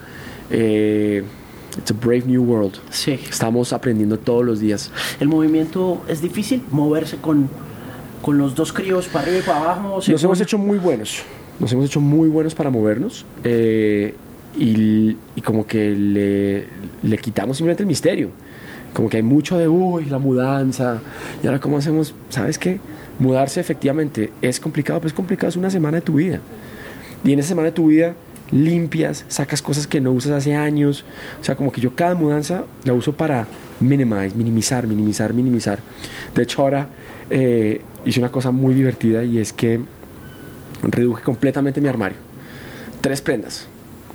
Eh, it's a brave new world. Sí. Estamos aprendiendo todos los días. ¿El movimiento es difícil? ¿Moverse con, con los dos críos para arriba y para abajo? Nos hemos hecho muy buenos, nos hemos hecho muy buenos para movernos. Eh, y, y como que le, le quitamos simplemente el misterio. Como que hay mucho de, uy, la mudanza. Y ahora, ¿cómo hacemos? ¿Sabes qué? Mudarse efectivamente es complicado, pero es complicado, es una semana de tu vida. Y en esa semana de tu vida limpias, sacas cosas que no usas hace años. O sea, como que yo cada mudanza la uso para minimize, minimizar, minimizar, minimizar. De hecho, ahora eh, hice una cosa muy divertida y es que reduje completamente mi armario. Tres prendas.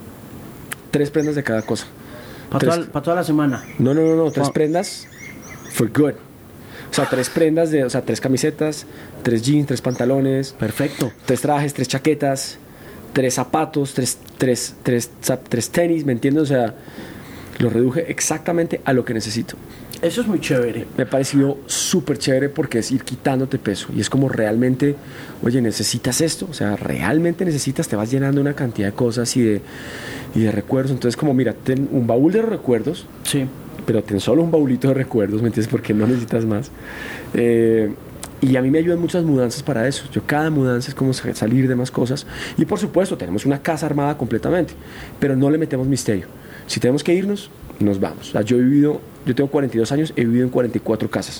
Tres prendas de cada cosa. ¿Para toda, pa toda la semana? No, no, no, no. Tres oh. prendas for good. O sea, tres prendas, de, o sea, tres camisetas, tres jeans, tres pantalones. Perfecto. Tres trajes, tres chaquetas, tres zapatos, tres, tres, tres, tres, tres tenis, ¿me entiendes? O sea, lo reduje exactamente a lo que necesito. Eso es muy chévere. Me ha parecido súper chévere porque es ir quitándote peso. Y es como realmente, oye, necesitas esto. O sea, realmente necesitas, te vas llenando una cantidad de cosas y de, y de recuerdos. Entonces, como mira, ten un baúl de recuerdos. Sí. Pero ten solo un baulito de recuerdos, ¿me entiendes? Porque no necesitas más. Eh, y a mí me ayudan muchas mudanzas para eso. Yo cada mudanza es como salir de más cosas. Y por supuesto, tenemos una casa armada completamente. Pero no le metemos misterio. Si tenemos que irnos, nos vamos. O sea, yo he vivido, yo tengo cuarenta y dos años, he vivido en cuarenta y cuatro casas.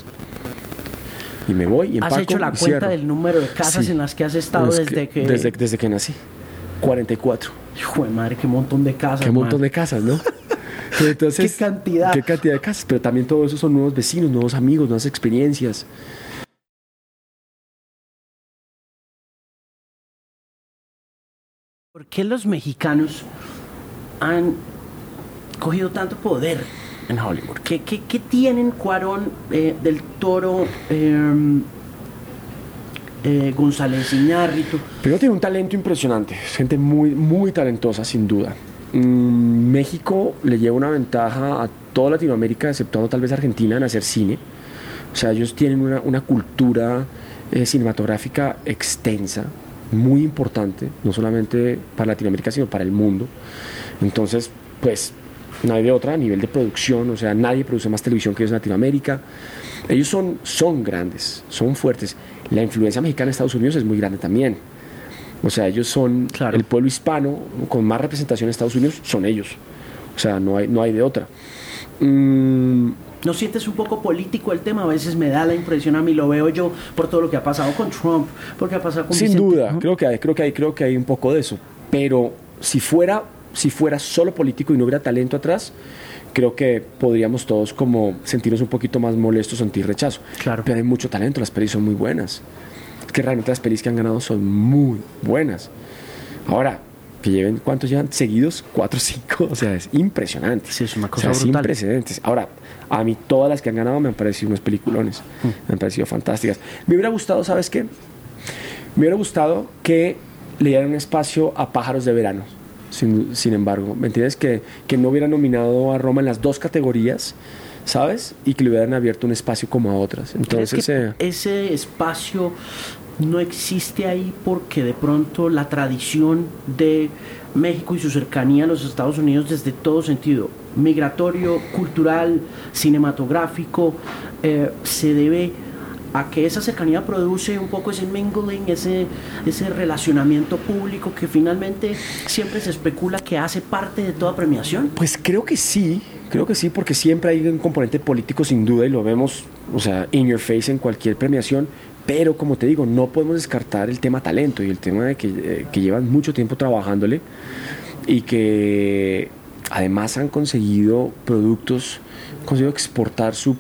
Y me voy y empaco. ¿Has hecho la cuenta cierro. del número de casas sí. en las que has estado es desde que, que... Desde, desde que nací. cuarenta y cuatro. Hijo de madre, qué montón de casas. Qué montón de casas, ¿no? Entonces, qué cantidad. Qué cantidad de casas. Pero también todo eso son nuevos vecinos, nuevos amigos, nuevas experiencias. ¿Por qué los mexicanos han cogido tanto poder en Hollywood? ¿Qué, qué, qué tienen Cuarón, eh, del Toro, eh, eh, González Iñárritu? Primero tiene un talento impresionante, es gente muy, muy talentosa, sin duda. Mm, México le lleva una ventaja a toda Latinoamérica, exceptuando tal vez Argentina, en hacer cine. O sea, ellos tienen una, una cultura eh, cinematográfica extensa, muy importante, no solamente para Latinoamérica, sino para el mundo. Entonces, pues, no hay de otra a nivel de producción, o sea, nadie produce más televisión que ellos en Latinoamérica. Ellos son, son grandes, son fuertes. La influencia mexicana en Estados Unidos es muy grande también. O sea, ellos son, claro, el pueblo hispano con más representación en Estados Unidos, son ellos. O sea, no hay, no hay de otra. Mm. ¿No sientes un poco político el tema? A veces me da la impresión, a mí lo veo yo, por todo lo que ha pasado con Trump, porque ha pasado con Sin Vicente. duda, creo que hay, creo que hay, creo que hay un poco de eso. Pero si fuera, si fuera solo político y no hubiera talento atrás, creo que podríamos todos como sentirnos un poquito más molestos, sentir rechazo. Claro. Pero hay mucho talento, las pelis son muy buenas. Es que realmente las pelis que han ganado son muy buenas. Ahora, que lleven, ¿cuántos llevan seguidos? Cuatro o cinco, o sea, es impresionante. Sí, es una cosa o sea, brutal. Sin precedentes. Ahora, a mí todas las que han ganado me han parecido unos peliculones, mm. me han parecido fantásticas. Me hubiera gustado, ¿sabes qué? Me hubiera gustado que le dieran un espacio a Pájaros de Verano, sin, sin embargo, ¿me entiendes? Que, que no hubieran nominado a Roma en las dos categorías, ¿sabes? Y que le hubieran abierto un espacio como a otras. Entonces, ¿crees que eh, ese espacio no existe ahí porque de pronto la tradición de México y su cercanía a los Estados Unidos desde todo sentido, migratorio, cultural, cinematográfico, eh, se debe a que esa cercanía produce un poco ese mingling, ese, ese relacionamiento público que finalmente siempre se especula que hace parte de toda premiación? Pues creo que sí, creo que sí, porque siempre hay un componente político sin duda y lo vemos, o sea, in your face en cualquier premiación. Pero como te digo, no podemos descartar el tema talento y el tema de que, eh, que llevan mucho tiempo trabajándole y que además han conseguido productos, han conseguido exportar su,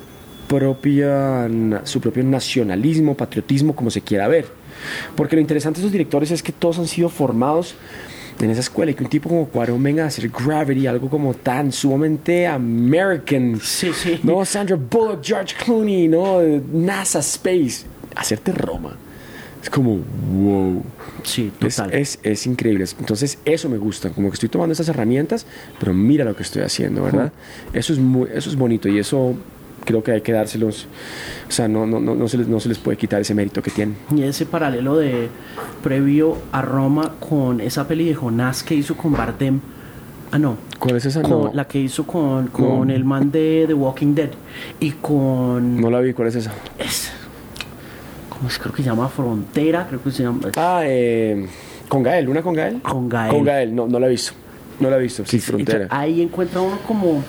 propia, su propio nacionalismo, patriotismo, como se quiera ver. Porque lo interesante de esos directores es que todos han sido formados en esa escuela y que un tipo como Cuarón venga a hacer Gravity, algo como tan sumamente American, sí, sí. ¿no? Sandra Bullock, George Clooney, ¿no? NASA Space. Hacerte Roma es como wow, sí, total. Es, es, es increíble. Entonces eso me gusta, como que estoy tomando estas herramientas, pero mira lo que estoy haciendo, ¿verdad? Uh-huh. Eso es muy, eso es bonito y eso creo que hay que dárselos, o sea, no, no, no, no, se les, no se les puede quitar ese mérito que tienen. Y ese paralelo de previo a Roma con esa peli de Jonás que hizo con Bardem. Ah, no. ¿Cuál es esa? Con, no. La que hizo con, con no. el man de The Walking Dead y con... No la vi, ¿cuál es esa? Es... ¿Cómo es? Creo que se llama Frontera, creo que se llama... Ah, eh, ¿con Gael? ¿Una con Gael? Con Gael. Con Gael, no, no la he visto. No la he visto, sí, sí Frontera. Entonces, ahí encuentra uno como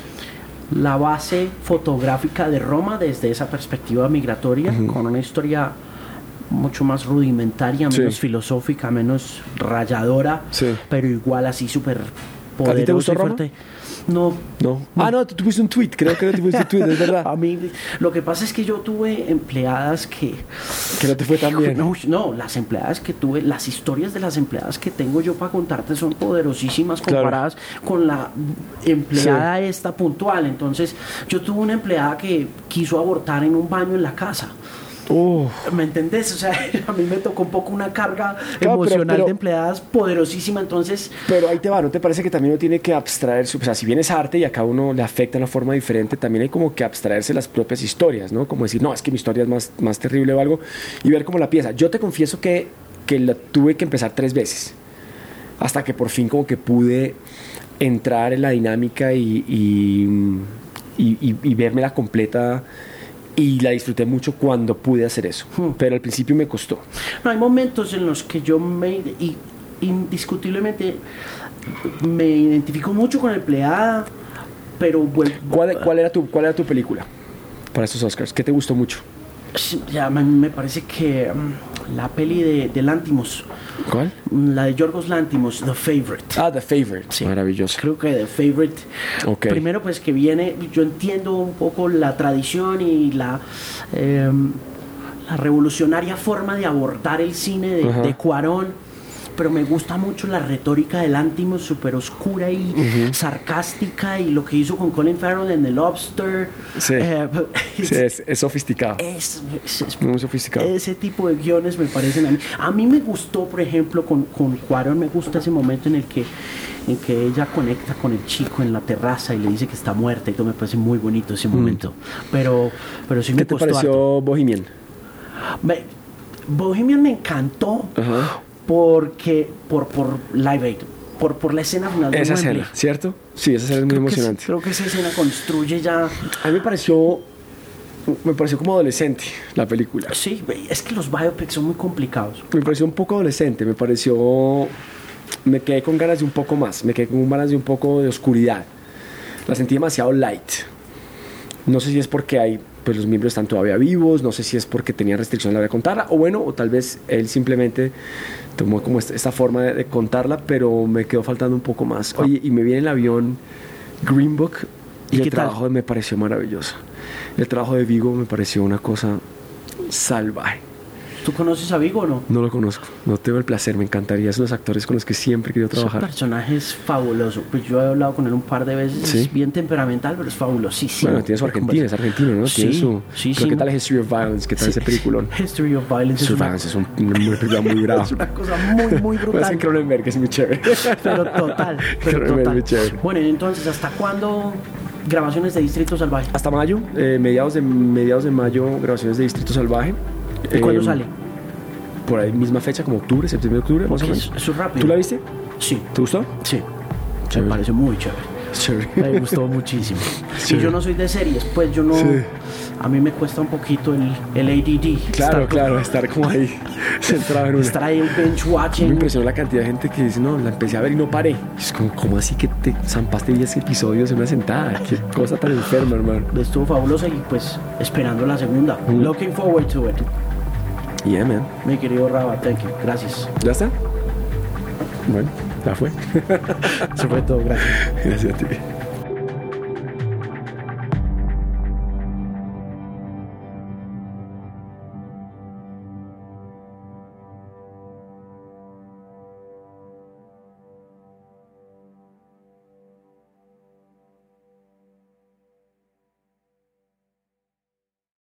la base fotográfica de Roma desde esa perspectiva migratoria, uh-huh. con una historia mucho más rudimentaria, menos sí. filosófica, menos rayadora, sí. pero igual así súper poderosa. ¿A ti te gustó Roma? Fuerte. No, no. No. Ah, no, tú tuviste un tweet, creo que tú tuviste un tweet, es verdad. A mí, lo que pasa es que yo tuve empleadas que... Que no te fue tan bien. No, no, las empleadas que tuve, las historias de las empleadas que tengo yo para contarte son poderosísimas comparadas claro. con la empleada sí. esta puntual. Entonces, yo tuve una empleada que quiso abortar en un baño en la casa. Uh. ¿Me entendés? O sea, a mí me tocó un poco una carga claro, emocional pero, pero, de empleadas poderosísima, entonces... Pero ahí te va, ¿no te parece que también uno tiene que abstraerse? O sea, si bien es arte y a cada uno le afecta de una forma diferente, también hay como que abstraerse las propias historias, ¿no? Como decir, no, es que mi historia es más, más terrible o algo, y ver cómo la piensa. Yo te confieso que, que la tuve que empezar tres veces, hasta que por fin como que pude entrar en la dinámica y, y, y, y, y verme la completa... Y la disfruté mucho cuando pude hacer eso. Hmm. Pero al principio me costó. No, hay momentos en los que yo me... Y, indiscutiblemente me identifico mucho con la empleada, pero... Bueno, ¿Cuál, cuál, era tu, ¿Cuál era tu película para estos Oscars? ¿Qué te gustó mucho? Ya, me parece que um, la peli de, de Lántimos. ¿Cuál? La de Yorgos Lántimos, The Favorite. Ah, The Favorite. Sí. Maravilloso. Creo que The Favorite. Okay. Primero, pues que viene, yo entiendo un poco la tradición y la, eh, la revolucionaria forma de abordar el cine de, uh-huh. de Cuarón. pero me gusta mucho la retórica de Lanthimos, súper oscura y uh-huh. sarcástica, y lo que hizo con Colin Farrell en The Lobster. Sí, eh, es, sí, es, es sofisticado. Es, es, es muy sofisticado. Ese tipo de guiones me parecen a mí. A mí me gustó, por ejemplo, con, con Cuarón, me gusta ese momento en el que en que ella conecta con el chico en la terraza y le dice que está muerta, y todo me parece muy bonito ese momento. Mm. Pero, pero sí me costó. ¿Qué te pareció harto. Bohemian? Me, Bohemian me encantó uh-huh. porque por, por Live Aid, por, por la escena final de esa Wembley. escena, ¿cierto? Sí, esa escena es muy creo emocionante. Que, creo que esa escena construye ya... A mí me pareció... Me pareció como adolescente la película. Sí, es que los biopics son muy complicados. Me pareció un poco adolescente, me pareció... Me quedé con ganas de un poco más, me quedé con ganas de un poco de oscuridad. La sentí demasiado light. No sé si es porque hay, pues los miembros están todavía vivos, no sé si es porque tenía restricción a la hora de contarla, o bueno, o tal vez él simplemente tomó como esta, esta forma de, de contarla, pero me quedó faltando un poco más. Oye, y me vi en el avión Green Book y, ¿Y el trabajo tal? me pareció maravilloso. El trabajo de Viggo me pareció una cosa salvaje. ¿Tú conoces a Viggo o no? No lo conozco, no tengo el placer, me encantaría. Es uno de los actores con los que siempre he querido trabajar. Ese personaje es fabuloso. Pues yo he hablado con él un par de veces. ¿Sí? Es bien temperamental, pero es fabulosísimo. Bueno, tiene su Argentina, es argentino, ¿no? Sí, tiene su, sí, pero sí. ¿qué tal History of Violence? ¿Qué tal sí. ese peliculón? History of Violence es, una... es un, una película muy brava. Es una cosa muy, muy brutal. Más que Cronenberg, es muy chévere. Pero total, pero total. Muy chévere. Bueno, entonces, ¿hasta cuándo grabaciones de Distrito Salvaje? Hasta mayo, eh, mediados, de, mediados de mayo, grabaciones de Distrito Salvaje. ¿Y eh, cuándo sale? Por ahí misma fecha, como octubre, septiembre, octubre, más o menos. Eso es rápido. ¿Tú la viste? Sí. ¿Te gustó? Sí. Se me pareció muy chévere. Chévere. Me gustó muchísimo. Sí. Y yo no soy de series, pues yo no... Sí. A mí me cuesta un poquito el, el A D D. Claro, estar claro, como, estar como ahí centrado en una. Estar ahí en bench watching. Me impresionó la cantidad de gente que dice, no, la empecé a ver y no paré. Es como, ¿cómo así que te zampaste diez episodios en una sentada? Qué cosa tan enferma, hermano. Estuvo fabulosa y pues esperando la segunda. Mm. Looking forward to it. Yeah, man. Mi querido Raba, thank you. Gracias. ¿Ya está? Bueno, ya fue. Se fue todo, gracias. Gracias a ti.